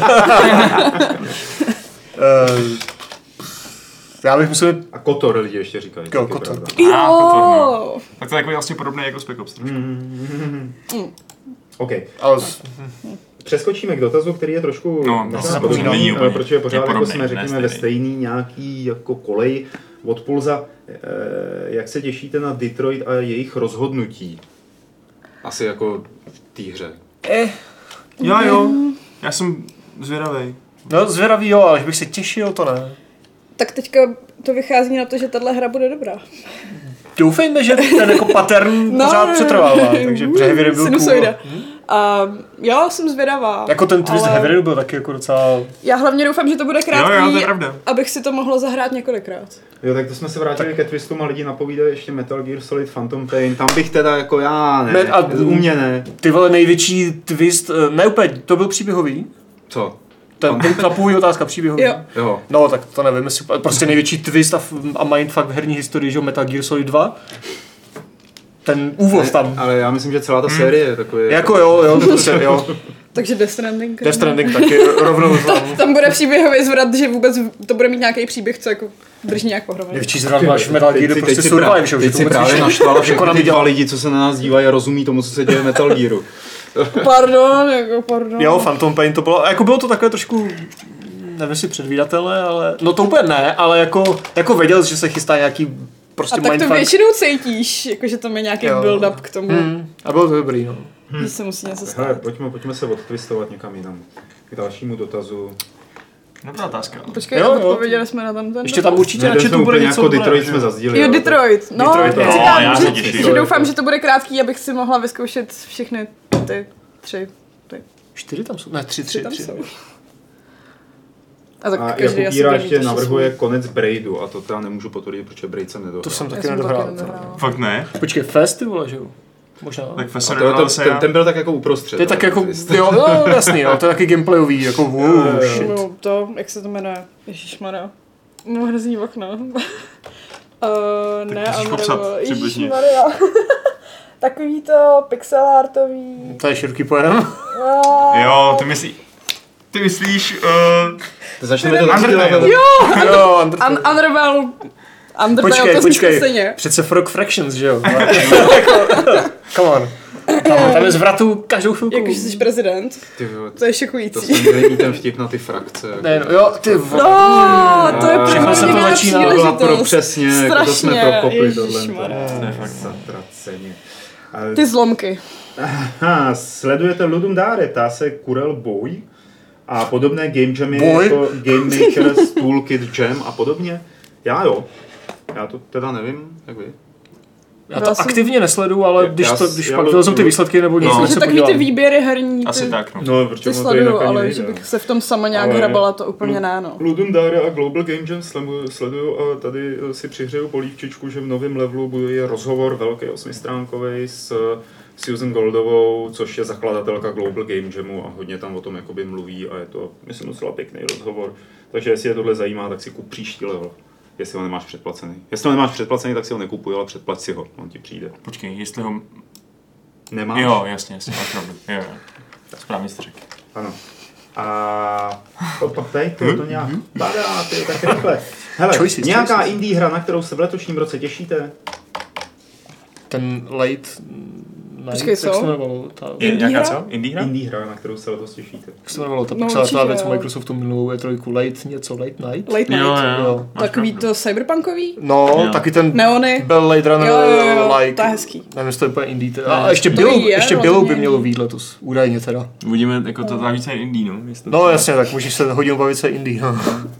Já bych musel... a Kotor lidi ještě říkají. Jo, Kotor. Jo! Tak to je takový vlastně podobný jako Spec Ops trošku. OK. Ale... Přeskočíme k dotazu, který je trošku není úplně, protože pořád jako podobný, jsme řekněme ve stejný nějaký jako kolej od Pulza. Jak se těšíte na Detroit a jejich rozhodnutí? Asi jako v té hře. Jo. Já jsem zvědavej. No zvědavý jo, ale že bych se těšil, to ne. Tak teďka to vychází na to, že tahle hra bude dobrá. Doufejme, že ten jako pattern pořád přetrvává, takže Heavy Rain byl cool. A já jsem zvědavá. Jako ten twist Heavy Rain byl taky jako docela... Já hlavně doufám, že to bude krátký, jo, to je pravda. abych si to mohlo zahrát několikrát. Jo, tak to jsme se vrátili ke twistům a lidi napovídají ještě Metal Gear Solid Phantom Pain. Tam bych teda jako já, ne, u mě ne. Ty vole, největší twist, ne úplně, to byl příběhový. Co? Ta původní otázka příběhový. Jo. No, tak to nevím, jestli, prostě největší twist a mindfuck v herní historii, že Metal Gear Solid 2. Ten úvod tam. Ale já myslím, že celá ta série je takový... Jako jo, to prostě, jo. Takže Death Stranding. Death Stranding taky rovnou. Tam bude příběhový zvrat, že vůbec to bude mít nějaký příběh, co jako drží nějak pohromadě. Největší zvrat máš v Metal Gear, prostě survive, že? Teď si právě naštvala všechny ty dva lidi, co se na nás dívají a rozumí tomu, co se děje v Metal Gearu. Pardon. Jo, Phantom Pain to bylo, jako bylo to takové trošku, nevím jestli předvídatelné, ale, no to úplně ne, ale jako věděl, že se chystá nějaký prostě mindfuck. A tak to většinou cítíš, jakože tam je nějaký build-up k tomu. A bylo to dobrý, no. Že se musí něco stát. Hele, pojďme se odtvistovat někam jinam. K dalšímu dotazu. Dobrá otázka. Počkej, odpověděli jsme na ten. Ještě tam určitě na chatu bude něco jako Detroit jsme zazdíli. Jo, Detroit. No, Detroit, já se těším. že doufám, že to bude krátký, abych si mohla vyzkoušet všechny ty 3. 4 tam jsou? Ne, 3. A Jakubíra ještě navrhuje konec Braidu a to teda nemůžu potvrdit, protože Braid jsem nedohrál. To jsem taky nedohrál. Fakt ne? Počkej, Festival, že jo? Možná. Tak Festival ten byl tak jako uprostřed. To je tak jako, jo, jasný, no, to je taky gameplayový, jako shit. No, to, jak se to jmenuje? Ježišmarja. No, hrozný okno. Ne, Andrevo. Ježišmarja. Takový to pixel artový. To je široký pojem. Jo, ty myslíš... Začneme to Undertale. Jo, Undertale. Počkej, přece Frog Fractions, že jo? Come on. Tam je zvratů každou chvilku. Jakože jsi prezident. To je šokující. To jsem měl ten vtip na ty frakce. Jako ne, no, jo, ty vole. No, to je všechno se to začíná. To byla přesně, jako to jsme prokopli tohle. Zatraceně. Ty zlomky. Aha, sledujete Ludum Dare, ptá se Kurel Boy a podobné game jamy jako Game Maker's Toolkit Jam a podobně. Já to teda nevím, jak vy. Já to aktivně nesleduju, ale když pak vylezou ty výsledky nebo nic, že takový ty výběry herní, asi tak, no, protože ty sleduju, ale že bych se v tom sama nějak hrabala, to úplně ne, no. Ludum Dare a Global Game Jam sleduju a tady si přihřeju polívčičku, že v novém levelu bude rozhovor velký 8stránkový s Susan Goldovou, což je zakladatelka Global Game Jamu a hodně tam o tom jakoby mluví a je to, myslím, docela pěkný rozhovor. Takže jestli je tohle zajímá, tak si kup příští level. Jestli ho nemáš předplacený. Jestli ho nemáš předplacený, tak si ho nekupuj, ale předplať si ho, on ti přijde. Počkej, jestli ho... Nemáš? Jo, jasně, máš pravdu. Jo. Správně jsi řekl. Ano. A tady to nějak padá, ty tak rychle. Hele, nějaká indie hra, na kterou se v letošním roce těšíte? Ten Late... Počkej, co? Indie hra? Indie hra, na kterou se letos těšíte. Jak se jmenovalo ta věc u Microsoftu minulou E3, Late Night? Jo. Takový to cyberpunkový? No, taky ten Neony. Bell Late Runner like. To je hezký. Nevím, jestli to je úplně indie. A ještě Billou by mělo být letos, údajně teda. Uvidíme, jako to více indie, no. No jasně, tak můžeš se hodinu bavit se indie, no.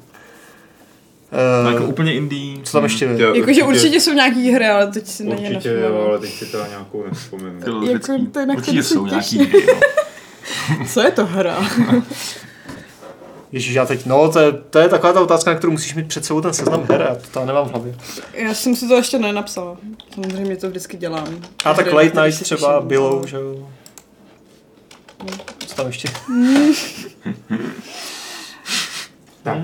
Jako úplně indie. Co tam ještě je? Jakože určitě jsou nějaký hry, ale teď si na ně určitě jo, ale teď si teda nějakou nevzpomenu. Určitě jsou nějaký hry, no. Co je to hra? Ježíš, já teď, no, to je taková ta otázka, na kterou musíš mít před sebou ten seznam her, já to nemám v hlavě. Já jsem si to ještě nenapsala. Samozřejmě to vždycky dělám. A tak Late Night třeba Billow, že jo. Co tam ještě? Tak,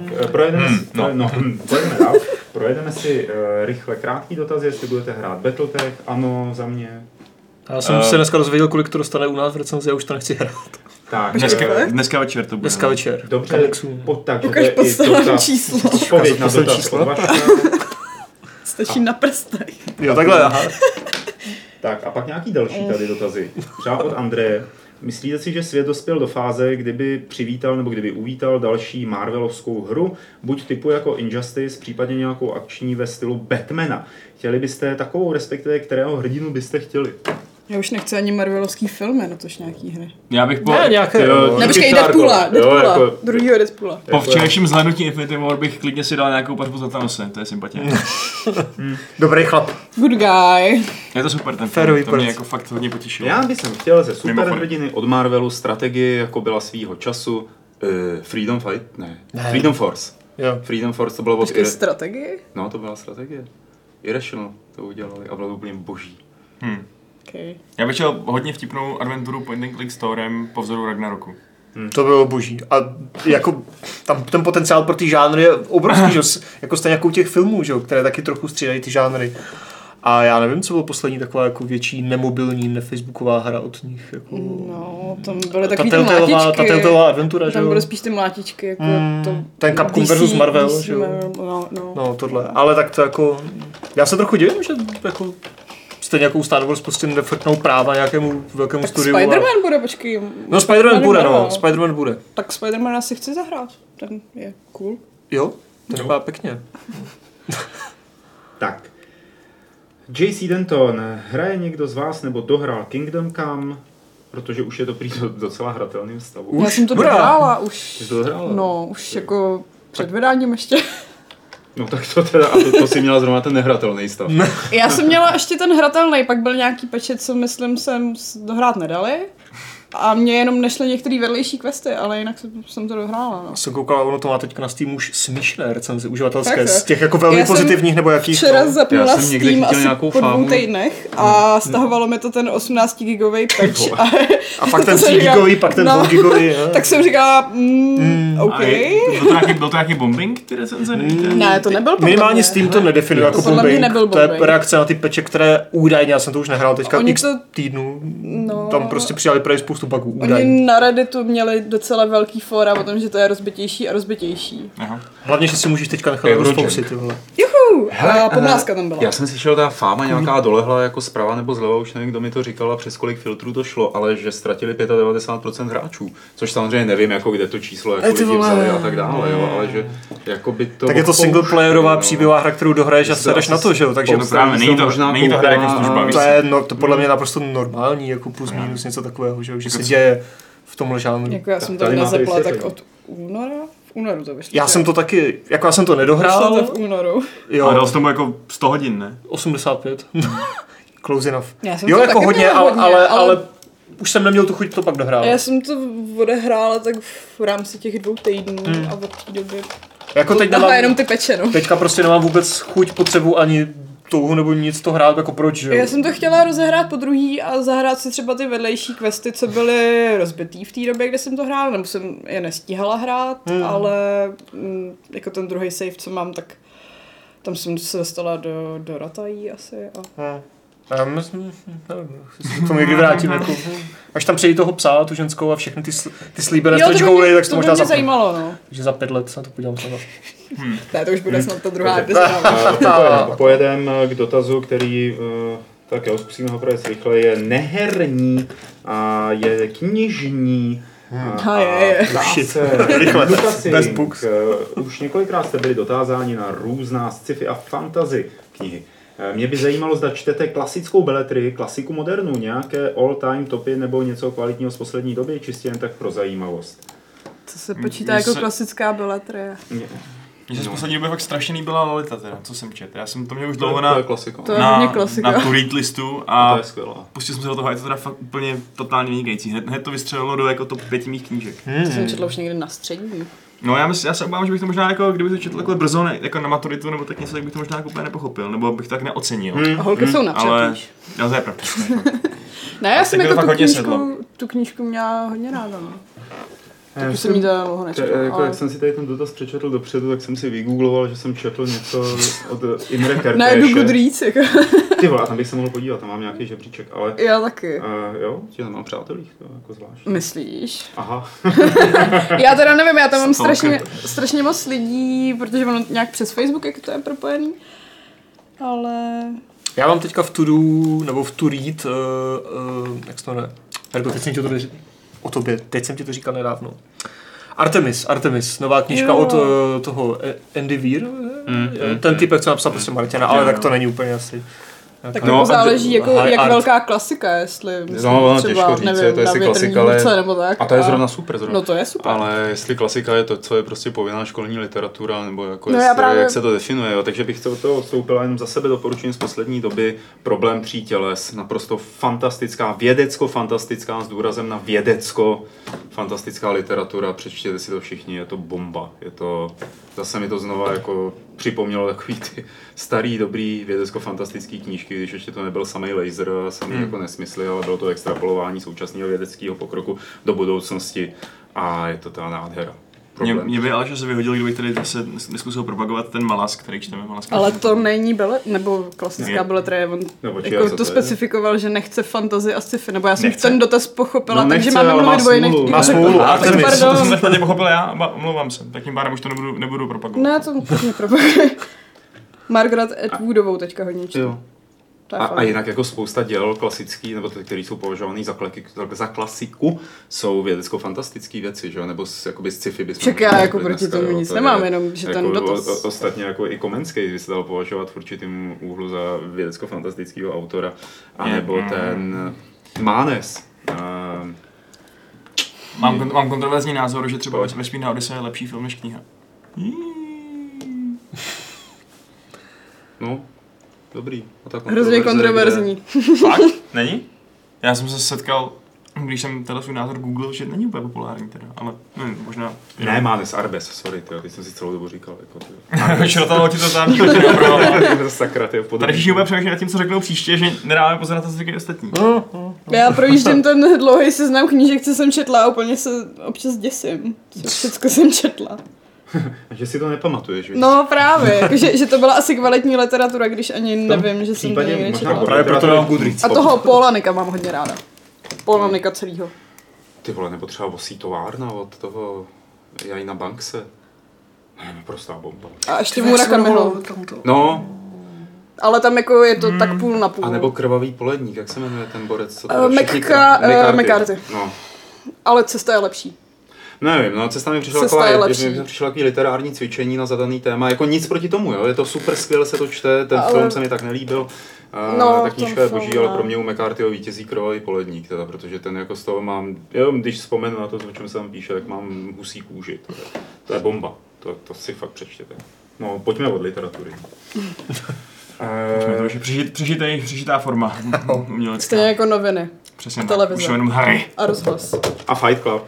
projedeme si rychle krátký dotaz, jestli budete hrát Battletech, ano, za mě. Já jsem se dneska dozvěděl, kolik to dostane u nás v recenzi, já už to nechci hrát. Tak, dneska večer to bude. Dneska večer. Dobře, ukaž podstatné číslo. Odpověď na dotaz od Vaška. Stačí na prstech. Jo, takhle, aha. Tak a pak nějaký další tady dotazy. Třeba od Andreje. Myslíte si, že svět dospěl do fáze, kdyby přivítal nebo kdyby uvítal další Marvelovskou hru, buď typu jako Injustice, případně nějakou akční ve stylu Batmana? Chtěli byste takovou, respektive kterého hrdinu byste chtěli? Já už nechci ani Marvelovský filmy, natož nějaký hry. Já bych Ne, nějaké. Počkej, Deadpoola. Druhýho Deadpoola. Po včerejším zhlédnutí Infinity War bych klidně si dal nějakou pařbu za Thanose, to je sympatie. Dobrý chlap. Good guy. Je to super ten Férový film, to mě porc. jako fakt hodně potěšilo. Já bych chtěl ze superhrdiny od Marvelu strategii, jako byla svýho času, Freedom Fight? Ne. Freedom Force. Jo. Freedom Force to bylo od... Počkej, strategii? No, to byla strategie. Irrational to udělali a bylo to úplně boží. Okay. Já bych chtěl hodně vtipnou adventuru point and click s Thorem po vzoru Ragnaroku. To bylo boží. A jako tam ten potenciál pro ty žánry je obrovský, že? Jako stejně jako u těch filmů, že? Které taky trochu střídají ty žánry. A já nevím, co bylo poslední taková jako větší nemobilní, nefacebooková hra od nich. Jako... No, tam byly takový ty mlátičky. Ta Telltaleová adventura, že tam jo? byly spíš ty mlátičky, jako to... Ten Capcom versus Marvel, že jo? No, tohle. Ale tak to jako... Já se trochu divím, že jako... Stejně jako u Star Wars prostě nefrknou práva nějakému velkému tak studiu. Spider-Man bude, počkej. No Spider-Man bude, no. Spider-Man bude. Tak Spider-Man asi chci zahrát. Ten je cool. Jo? To vypadá pěkně. Tak. JC Denton, hraje někdo z vás nebo dohrál Kingdom Come? Protože už je to prý docela hratelným stavu. Já jsem to dohrála už. Jsi to dohrála? No, už jako před vydáním ještě. No tak to teda, a to si měla zrovna ten nehratelný stav. Já jsem měla ještě ten hratelný, pak byl nějaký patch, co myslím jsem dohrát nedali. A mě jenom nešly některé vedlejší questy, ale jinak jsem to dohrála. No. Jsem koukala, ono to má teďka na Steam už smíšné recenze uživatelské, tak, z těch jako velmi pozitivních nebo jakých. Včera zapnula Steam asi po 2 fámu. týdnech a stahovalo mi to ten 18 gigový patch. A pak ten 3 gigový, pak ten 2 gigový. Tak jsem říkala, OK. Byl to nějaký bombing, ty recenze? Ne, to nebyl minimálně Steam to nedefinuje jako bombing. To je reakce na ty patche, které údajně, já jsem to už nehrál teďka x týdnů, tam prostě přijali prej spoustu bugů. Oni na Redditu měli docela velký fóra o tom, že to je rozbitější a rozbitější. Aha. Hlavně, že si můžeš teďka nechat rozpousit. Juhu! A pomlázka tam byla. Já jsem slyšel, ta fáma nějaká dolehla jako zprava nebo zleva, už nevím, kdo mi to říkal a přes kolik filtrů to šlo, ale že ztratili 95% hráčů. Což samozřejmě nevím, jako kde to číslo jako lidi vzali a tak dále, jo, ale že jako by to... Tak je to singleplayerová příběhová hra, kterou dohraješ a sedeš na to, že jo, takže právě není to hra jako služba. To podle mě naprosto normální, jako plus minus něco takového, že se děje v tomhle žánru. Jako já jsem to nezapla tak od února? V únoru to vyšlo. Já jsem to taky, jako já jsem to nedohrál. Vyšlo to v únoru. Jo. A dal jsi tomu jako 100 hodin, ne? 85. Close enough. Jo, jako hodně, ale už jsem neměl tu chuť to pak dohrát. Já jsem to odehrála tak v rámci těch 2 týdnů a od té doby jako teď nemám, jenom ty peče, no. Teďka prostě nemám vůbec chuť, potřebu ani touhu nebo nic to hrát, jako proč, že? Já jsem to chtěla rozehrát po druhý a zahrát si třeba ty vedlejší questy, co byly rozbitý v té době, kde jsem to hrála, nebo jsem je nestíhala hrát, ale jako ten druhý save, co mám, tak tam jsem se dostala do Ratají asi a... Já myslím, nevím, se k tomu někdy vrátím, jako, až tam přejí toho psa, tu ženskou a všechny ty slíbené stretch goaly, tak to možná mě zajímalo, no. Takže za 5 let se na to podívám snad. Ne, to už bude snad ta druhá epizoda. Pojedem k dotazu, který, tak jo, zkusíme ho projít rychle, je neherní a je knižní. Už několikrát jste byli dotázáni na různá sci-fi a fantasy knihy. Mě by zajímalo, zda čtete klasickou beletrii, klasiku modernu, nějaké all-time topy nebo něco kvalitního z poslední doby, čistě jen tak pro zajímavost. Co se počítá jako klasická beletrie? Mně se z poslední doby fakt strašně byla Lolita teda, co jsem čet. Já jsem to měl už dlouho na to read listu a pustil jsem se do toho a je to teda fakt úplně totálně vynikající. Hned to vystřelilo do jako top 5 mých knížek. To jsem četla už někdy na střední. No já se obávám, že bych to možná jako, kdyby to četl takhle brzo, jako na maturitu nebo tak něco, tak bych to možná jako úplně nepochopil, nebo bych to tak neocenil. A holky jsou napřed, Ale, víš. no to je pravda. Ne, já jsem tak jako to fakt hodně tu knížku měla hodně ráda, no. Tak už jsem jí dlouho nečetla. Jako, jak jsem si tady ten dotaz přečetl dopředu, tak jsem si vygoogloval, že jsem četl něco od Imre Kertéše. Najdu Goodreads, jako. Ty vole, tam bych se mohl podívat, tam mám nějaký žebříček, ale... Já taky. Jo, tě tam mám přátelích, to jako zvlášť. Myslíš? Aha. Já teda nevím, já tam mám strašně moc lidí, protože ono nějak přes Facebook, jak to je propojený. Ale... Já mám teďka v To-Do, nebo v To-Read, jak se to jmenuje? Herko, teď jsem ti to o tobě, teď jsem ti to říkal nedávno. Artemis, nová knížka od toho Andy Weir, ten typek, co napsal prostě Martina, ale tak to není úplně asi. Tak no, záleží, jako, jak velká klasika, jestli no, třeba, nevím, to jestli klasika, ale... nebo tak. A to je zrovna super. No to je super. Ale jestli klasika je to, co je prostě povinná školní literatura, nebo jako jestli, právě... jak se to definuje, jo. Takže bych to od toho odstoupila, jenom za sebe doporučím z poslední doby Problém tří těles, naprosto fantastická, vědecko-fantastická, s důrazem na vědecko-fantastická literatura, přečtěte si to všichni, je to bomba, je to, zase mi to znova jako připomnělo takový ty starý, dobrý vědecko-fantastický knížky, když ještě to nebyl samý laser a samý jako nesmysly, ale bylo to extrapolování současného vědeckého pokroku do budoucnosti a je to ta nádhera. Mě by ale, že se vyhodil, kdybych tady zase neskusil propagovat ten Malask, který čteme Malask. Ale to není nebo klasická beletrie, on jako to specifikoval, že nechce fantasy a sci-fi, nebo já jsem ten dotaz pochopila, takže máme mluvit o jiných knihách. Má smůlu, to jsem špatně pochopil já, omlouvám se, tak tím pádem už to nebudu propagovat. Ne, to nepropaguji. Margaret Atwoodovou teďka hodně čtu. A jinak jako spousta děl klasický, nebo ty, které jsou považované za klasiku, jsou vědecko-fantastické věci, že? Nebo jakoby sci-fi bychom... Však já jako proti tomu nic nemám, jenom že jako ten dotaz... Ostatně jako i Komenský by se dal považovat v určitým úhlu za vědecko-fantastického autora, anebo ten Mánes. Mám kontroverzní názor, že třeba Vesmírná Odyseje je lepší film než kniha. No, dobrý. Hrozně kontroverzní. Fakt? Není? Já jsem se setkal, když jsem teda svůj názor googlil, že není úplně populární teda, ale nevím, možná... Ne, Mánes, Arbes, sorry, tyjo, teď jsem si celou dobu říkal, jako Šrotalo ti to tam, sakra, tyjo, tady všichni úplně přemýšlí nad tím, co řeknou příště, že nedáme pozor na to, co říkají ostatní. Já projíždím ten dlouhý seznam knížek, co jsem četla a úplně se občas děsím. Všecko jsem četla. Že si to nepamatuješ, víš? No právě, jako, že to byla asi kvalitní literatura, když ani nevím, že jsem to někdy nečetla. Právě proto dám Goodreads. A toho Paula Nicka mám hodně ráda. Paula Nicka celýho. Ty vole, nebo třeba Vosí továrna od toho Jaina Bankse. Prostá bomba. A ještě Murakamiho. No. Ale tam jako je to tak půl na půl. A nebo Krvavý poledník, jak se jmenuje ten borec? McCarthy. No. Ale Cesta je lepší. Nevím, no cesta mi přišla takový literární cvičení na zadaný téma, jako nic proti tomu, jo, je to super, skvěle se to čte, ten film se mi tak nelíbil, ta knížka je boží, ale pro mě u McCarthyho vítězí Krvavý poledník, teda, protože ten jako z toho mám, když vzpomenu na to, o čem se tam píše, tak mám husí kůži, to je bomba, to si fakt přečtěte. No, pojďme od literatury. To už je přežitá forma umělecká. Stejně jako noviny. Přesně tak, už jenom hry. A rozhlas. A Fight Club.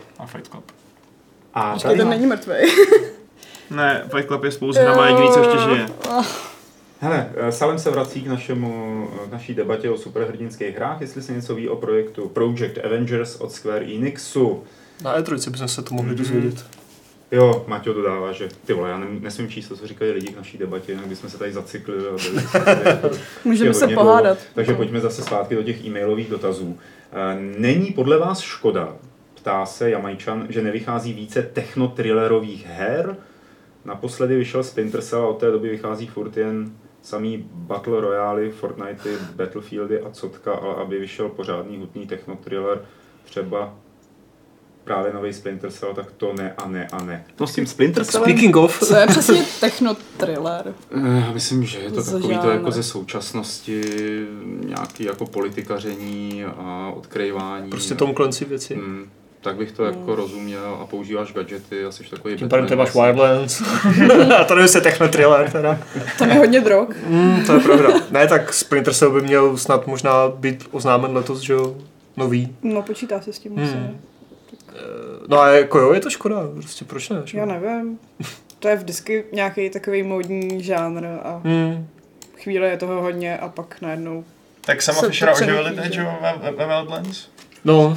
A počkej, ten není mrtvej. Ne, Fight Club je spolu s náma jediný, co ještě žije. Hele, Salem se vrací k naší debatě o superhrdinských hrách, jestli se něco ví o projektu Project Avengers od Square Enixu. Na E3 bychom se to mohli dozvědět. Jo, Maťo dodává, že ty vole, já nesmím číst to, co říkají lidi k naší debatě, jinak bychom se tady zacyklili a byli můžeme se pohádat. Takže pojďme zase zpátky do těch e-mailových dotazů. Není podle vás škoda, ptá se Jamajčan, že nevychází více technotrillerových her? Naposledy vyšel Splinter Cell a od té doby vychází furt jen samý Battle Royale, Fortnite, Battlefieldy a cotka, ale aby vyšel pořádný hutný technotriller, třeba právě nový Splinter Cell, tak to ne a ne a ne. No s tím Splinter Cellem... Speaking of... To je přesně technotriller. Já myslím, že je to takový to jako ze současnosti, nějaký jako politikaření a odkryvání. Prostě Tom Clancy věci. Tak bych to jako rozuměl a používáš gadgety a jsi takový... Tím pádem ty máš Wildlands. A to je technotriller teda. Tam je hodně drog. To je pravda. Ne, tak Splinter Cell by měl snad možná být oznámen letos, že jo, nový. No počítá se s tím. No a jako jo, je to škoda, prostě proč ne? Já nevím. To je vždycky nějaký takový módní žánr a chvíli je toho hodně a pak najednou... Tak sama se Fischera to oživili přenutí, teď, že? jo, ve Wildlands? No,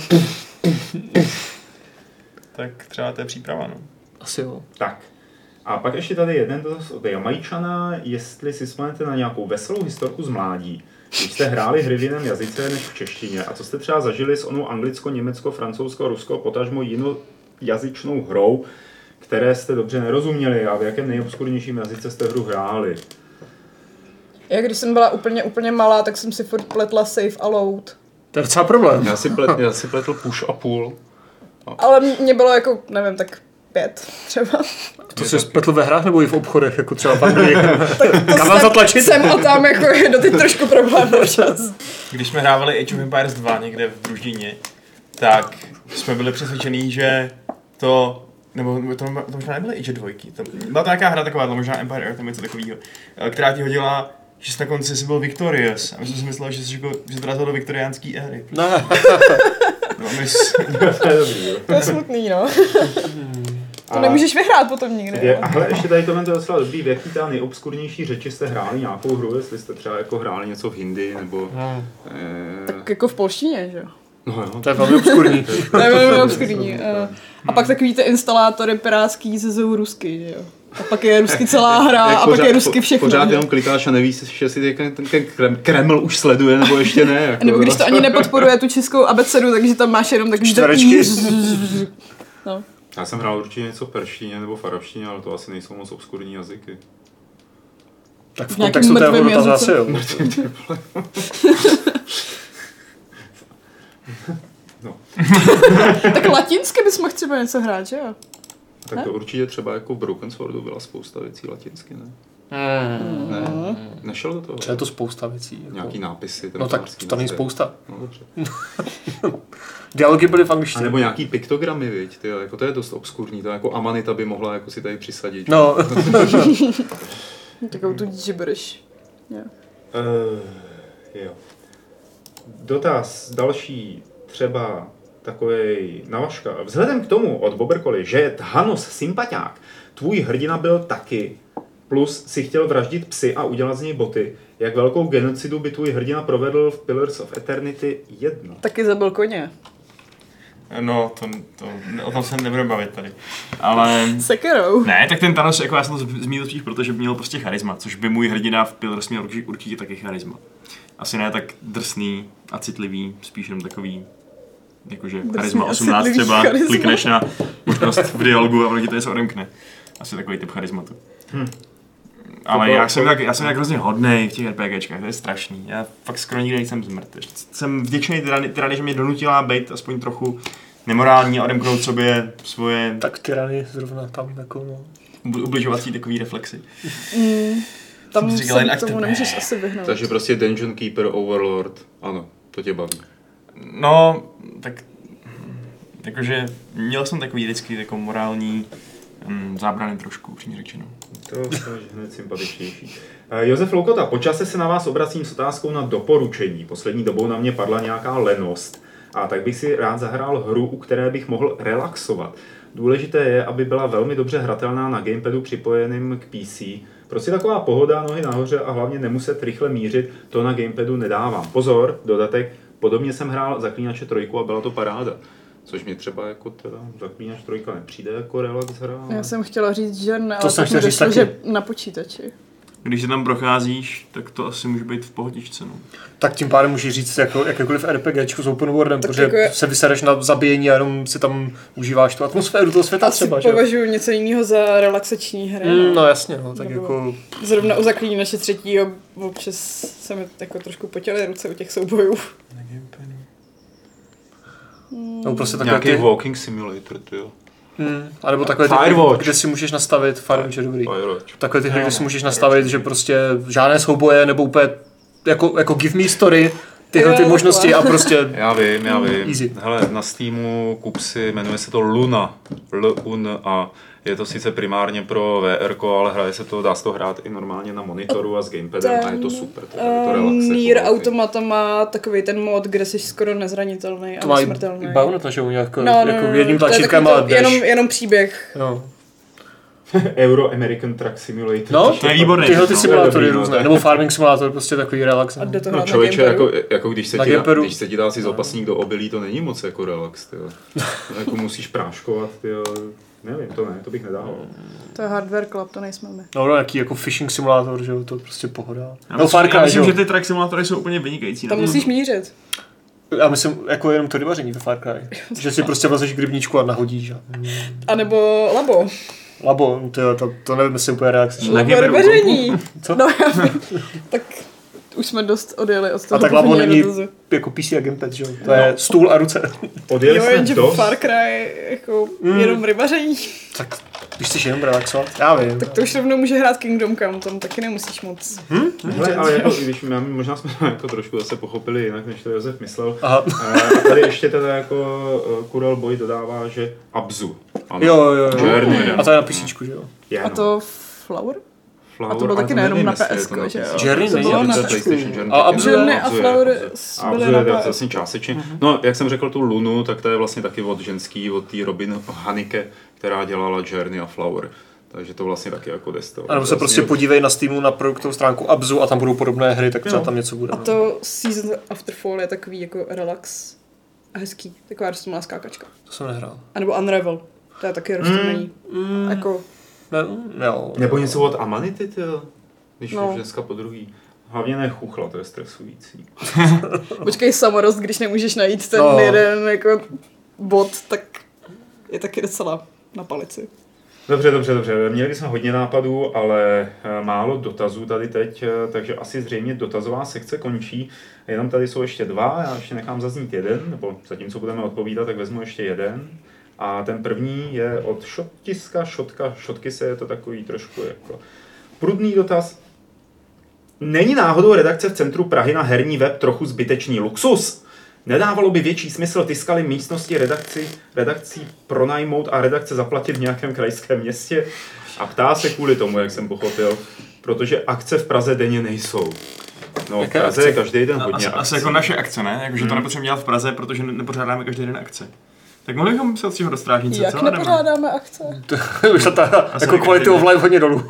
Tak třeba to je příprava, no. asi jo. Tak. A pak ještě tady jeden dotaz od Jamajčana, jestli si vzpomenete na nějakou veselou historku z mládí, když jste hráli hry v jiném jazyce než v češtině a co jste třeba zažili s onou anglicko, německo, francouzsko, rusko, potažmo jinojazyčnou hrou, které jste dobře nerozuměli a v jakém nejobskurnějším jazyce jste hru hráli. Já když jsem byla úplně malá, tak jsem si furt pletla save a load. To je docela problém. Já si pletl push a pull. Ale mě bylo jako, nevím, tak 5 třeba. To jsi spletl ve hrách nebo i v obchodech, jako třeba v Anglii? Kam mám zatlačit? Jsem a tam jako je doteď trošku problém občas. Když jsme hrávali Age of Empires 2 někde v družině, tak jsme byli přesvědčení, že to, nebo to možná nebyly Age 2, to byla to nějaká hra taková, možná Empire Earth nebo něco takového, která ti hodila, že jsi na konci si byl victorious a my jsme si mysleli, že jsi dorazil do viktoriánské éry. Ne. No, To je smutný, no. To nemůžeš vyhrát potom nikdy. Ale ještě tady tohle je docela dobrý, v jaký ta nejobskurnější řeči jste hráli nějakou hru, jestli jste třeba jako hráli něco v hindi, nebo... Tak jako v polštině, že jo? No jo. To je velmi obskurní. To je velmi obskurní. A pak takový ty instalátory pirátský ze jsou rusky, že jo? A pak je rusky celá hra a pak je rusky všechno. Pořád jenom klikáš a nevíš, že si ten Kreml už sleduje, nebo ještě ne. Jako, nebo když to ani nepodporuje tu českou abecedu, takže tam máš jenom takový... Čtverečky. No. Já jsem hrál určitě něco v perštině nebo v arabštině, ale to asi nejsou moc obskurní jazyky. Tak v nějakým kontextu tého mrtvým dotazu asi jazyce. jo. No. Tak latinsky bys mohl třeba něco hrát, že jo? Tak to určitě třeba jako v Broken Swordu byla spousta věcí latinsky, ne? Ne? Nešel do toho? Co je to spousta věcí? Jako... Nějaký nápisy. No tak to není spousta. No dobře. Dialogy byly v A angličtině. nebo nějaký piktogramy, viď? Tyjo, jako to je dost obskurní, to jako Amanita by mohla jako si tady přisadit. No. Takovou tu gibberish. Jo. Dotaz další, třeba takovej na Vaška. Vzhledem k tomu od Boberkoli, že je Thanos sympatiák, tvůj hrdina byl taky, plus si chtěl vraždit psy a udělat z něj boty. Jak velkou genocidu by tvůj hrdina provedl v Pillars of Eternity 1? Taky zabil koně. No, o tom se nebudeme bavit tady. Ale... Sekerou. Ne, tak ten Thanos, jako já jsem to zmínil spíš, protože by měl prostě charisma, což by můj hrdina v Pillars měl určitě taky charisma. Asi ne tak drsný a citlivý, spíš jenom takový, jakože charisma 18 třeba, charisma. Klikneš na možnost v dialogu a ono ti to něco odemkne. Asi takový typ charismatu. Ale já jsem tak hrozně hodnej v těch RPGčkách, to je strašný. Já fakt skoro nikdy nejsem zmrt. Jsem vděčný tyrany, že mě donutila být aspoň trochu nemorální a odemknout sobě svoje... Tak tyrany zrovna tam jako no. Ubližovací takový reflexy. Tam se tomu nemůžeš asi vyhnout. Takže prostě Dungeon Keeper, Overlord, ano, to tě baví. No, tak... Jakože měl jsem takový vždycky jako morální zábrany trošku, upřímně řečeno. To je hned sympatičnější. Josef Loukota, po čase se na vás obracím s otázkou na doporučení. Poslední dobou na mě padla nějaká lenost. A tak bych si rád zahrál hru, u které bych mohl relaxovat. Důležité je, aby byla velmi dobře hratelná na gamepadu připojeným k PC. Prostě taková pohoda, nohy nahoře a hlavně nemuset rychle mířit, to na gamepadu nedávám. Pozor, dodatek, podobně jsem hrál Zaklínače 3 a byla to paráda. Což mě třeba jako teda Zaklínač 3 nepřijde jako relax hra. Já jsem chtěla říct, že ne, To ale jsem tak mi chtěl říct došlo, taky. že na počítači. Když se tam procházíš, tak to asi může být v pohodičce, no. Tak tím pádem můžeš říct jako jakékoliv RPGčku s open worldem, Tak protože jako se vysereš na zabíjení a jenom si tam užíváš tu atmosféru toho světa Asi třeba, že? považuji něco jiného za relaxační hry. No jasně, no, tak Nebo jako... Zrovna u Zaklínače 3. občas se mi jako trošku potěly ruce u těch soubojů. No prostě takové Nějaký ty... walking simulator, tyjo. A nebo takové ty, Firewatch. kde si můžeš nastavit, Firewatch je dobrý. Firewatch. Takové ty hry, kde si můžeš nastavit, že prostě žádné souboje nebo úplně jako Give Me Story, tyhle ty možnosti a prostě... Já vím. Easy. Hele, na Steamu kup si, jmenuje se to Luna. L-U-N-A. Je to sice primárně pro VR, ale hraje se to, dá se to hrát i normálně na monitoru a s gamepadem a je to super. Je to relax. Nier Automata má takový ten mod, kde jsi skoro nezranitelný a nesmrtelný. Bayonetta, že jako No, jedním to je tlačítkem takový a to, jenom příběh. No. Euro American Truck Simulator. No, To je výborný. tyhle ty No. simulátory různé, nebo farming simulátor, prostě takový relax. A jde to No hrát člověče, na gamepadu. jako když se ti dá si zápasník do obilí, to není moc jako relax, tyjo. Jako musíš práškovat, tyjo. Nevím, to bych nedával. To je Hardware Club, to nejsme my. No, jaký jako fishing simulátor, že jo, to prostě pohoda. Já myslím, že ty track simulátory jsou úplně vynikající. Tam musíš mířit. Já myslím, jako jenom to rybaření ve Far Cry. Že si prostě vlezeš k rybníčku a nahodíš. A nebo Labo. Labo, to nevím, jestli úplně relaxační. Labo rybaření. Co? No já vím. Tak už jsme dost odjeli od toho. A tak Labo původního není dotazu. jako PC a gamepad, že jo? To je stůl a ruce. Odjeli Jo, jsme jenže to. Far Cry jako jenom rybaření. Tak když chceš jenom relaxovat, já vím. Tak to už rovnou může hrát Kingdom Come, tam taky nemusíš moc. Hele, ale jako, když možná jsme to jako trošku zase pochopili jinak, než to Josef myslel. Aha. A tady ještě teda jako Kurel Boy dodává, že Abzu. Ano. Jo. Journey. A to je na písničku, že jo? Je, A no. to Flower? Flower, A to bylo taky ale nejenom nevím, na jestli je PS, to na že jo? PC. Journey To není bylo na na PS. PlayStation, Journey A taky Abzu nebylo. Journey a Flower A byly Abzu na je PS. vlastně částečně. No, jak jsem řekl tu Lunu, tak to je vlastně taky od ženský, od té Robin Haneke, která dělala Journey a Flower. Takže to vlastně taky jako desto. A nebo se prostě podívej na Steamu na produktovou stránku Abzu a tam budou podobné hry, tak třeba tam něco bude. A to Season After Fall je takový jako relax a hezký. Taková rostomilá skákačka. To jsem nehrál. A nebo Unravel. To je taky rostomilý. Jako, Jo. Nebo něco od Amanity, tyjo. Když No. už dneska po druhý. Hlavně ne chuchla, to je stresující. počkej, samorost, když nemůžeš najít ten No. jeden jako bod, tak je taky docela na palici. Dobře. Měli bychom hodně nápadů, ale málo dotazů tady teď, takže asi zřejmě dotazová sekce končí. Jenom tady jsou ještě dva, já ještě nechám zaznít jeden, nebo zatímco budeme odpovídat, tak vezmu ještě jeden. A ten první je od Šotkise, je to takový trošku jako prudný dotaz. Není náhodou redakce v centru Prahy na herní web trochu zbytečný luxus? Nedávalo by větší smysl Tiskali místnosti redakcí pronajmout a redakce zaplatit v nějakém krajském městě? A ptá se kvůli tomu, jak jsem pochopil, protože akce v Praze denně nejsou. No, v Praze je každý den hodně akcí. Asi jako naše akce, ne? Jakože to nepotřebujeme dělat v Praze, protože nepořádáme každý den akce. Tak mohli bychom se odstěhovat do Strážnice, Jak co? nepořádáme akce? Už ta jako quality of life hodně dolů.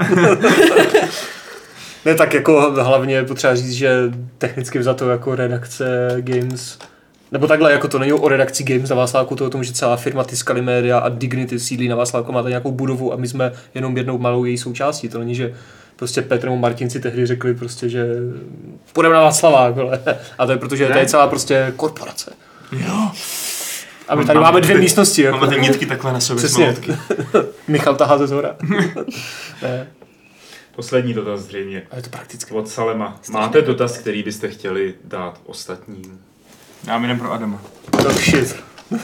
Ne, tak jako hlavně potřeba říct, že technicky vzato jako redakce Games, nebo takhle, jako to není o redakci Games na Václavku, to je o tom, že celá firma Tiskali Media a Dignity sídlí na Václavku, máte nějakou budovu a my jsme jenom jednou malou její součástí. To není, že prostě Petr nebo Martin si tehdy řekli prostě, že půjdeme na Václavák, a to je protože to je celá prostě korporace. Jo. A my tady máme dvě místnosti. Jako. Máme ty nitky takhle na sobě. Přesně. Michal tahá ze zhora. Ne. Poslední dotaz zřejmě. A je to praktické. Od Salema. Máte dotaz, který byste chtěli dát ostatním? Já jdem pro Adama. Oh shit.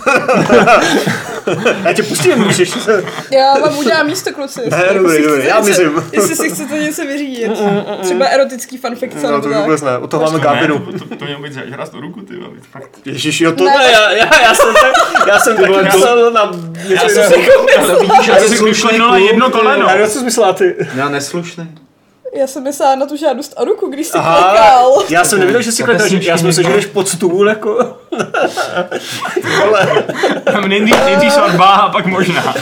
Já tě pustím, můžeš. Já vám udělám místo, kluci. Ne, dobrý, já myslím. Jestli si chcete něco vyřídit. Třeba erotický fanfikce No nebo to tak. vůbec ne, o toho máme Gábinu. To mělo být žádat do ruku, ty vole. Fakt. Ježiš, jo, to Ne, ne, já jsem taky myslel na něco Ale vidíš, Já jsem si vyšlenila jedno koleno. Já co jsi myslela ty? Já neslušný. Já jsem myslela na tu žádost o ruku, když jsi Aha, klikal. já jsem nevěděl, že si klikal, já jsem myslel, že jdeš pod stůl, jako. Tam nejdřív svatba a pak možná.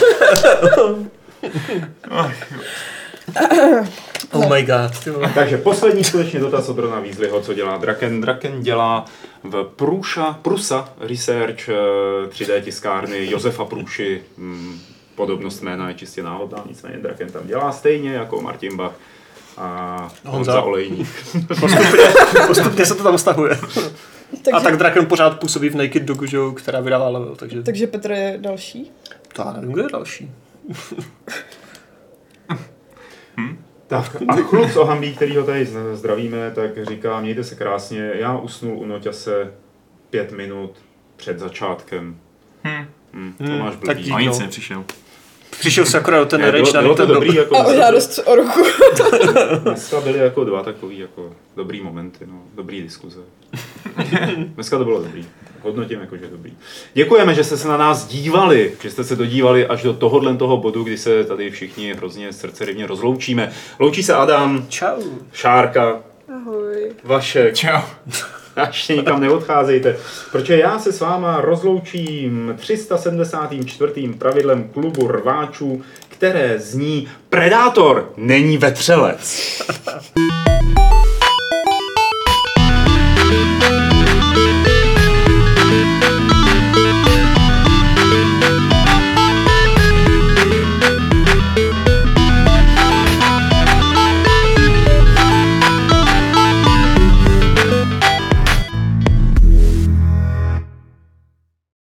Oh my god, ty vole. Takže poslední skutečně dotaz od Rona Weasleyho, co dělá Draken. Draken dělá v Prusa Research 3D tiskárny Josefa Pruši. Podobnost jména je čistě náhodná, nicméně Draken tam dělá stejně jako Martin Bach a Honza Olejník. Postupně se to tam stahuje. Takže, A tak Draken pořád působí v Naked Dogu, že jo, která vydává level, takže... takže Petr je další. To já nevím, kdo je další. Tak a Chluk z Ohambí, který ho tady zdravíme, tak říká, mějte se krásně, já usnul u Noťase 5 minut před začátkem. To máš tak blbý. dík. A nic nepřišel. Přišel se akorát ten rage na Bylo to Nintendo. dobrý, jako A o žádost o ruku. dneska byly jako dva takový jako dobrý momenty, no, dobrý diskuze. Dneska to bylo dobrý. Hodnotím jako, že dobrý. Děkujeme, že jste se na nás dívali, že jste se dodívali až do toho bodu, kdy se tady všichni hrozně srdcerivně rozloučíme. Loučí se Adam, Čau. Šárka, Ahoj. Vašek. Čau. A ještě nikam neodcházejte, protože já se s váma rozloučím 374. pravidlem klubu rváčů, které zní Predátor není vetřelec.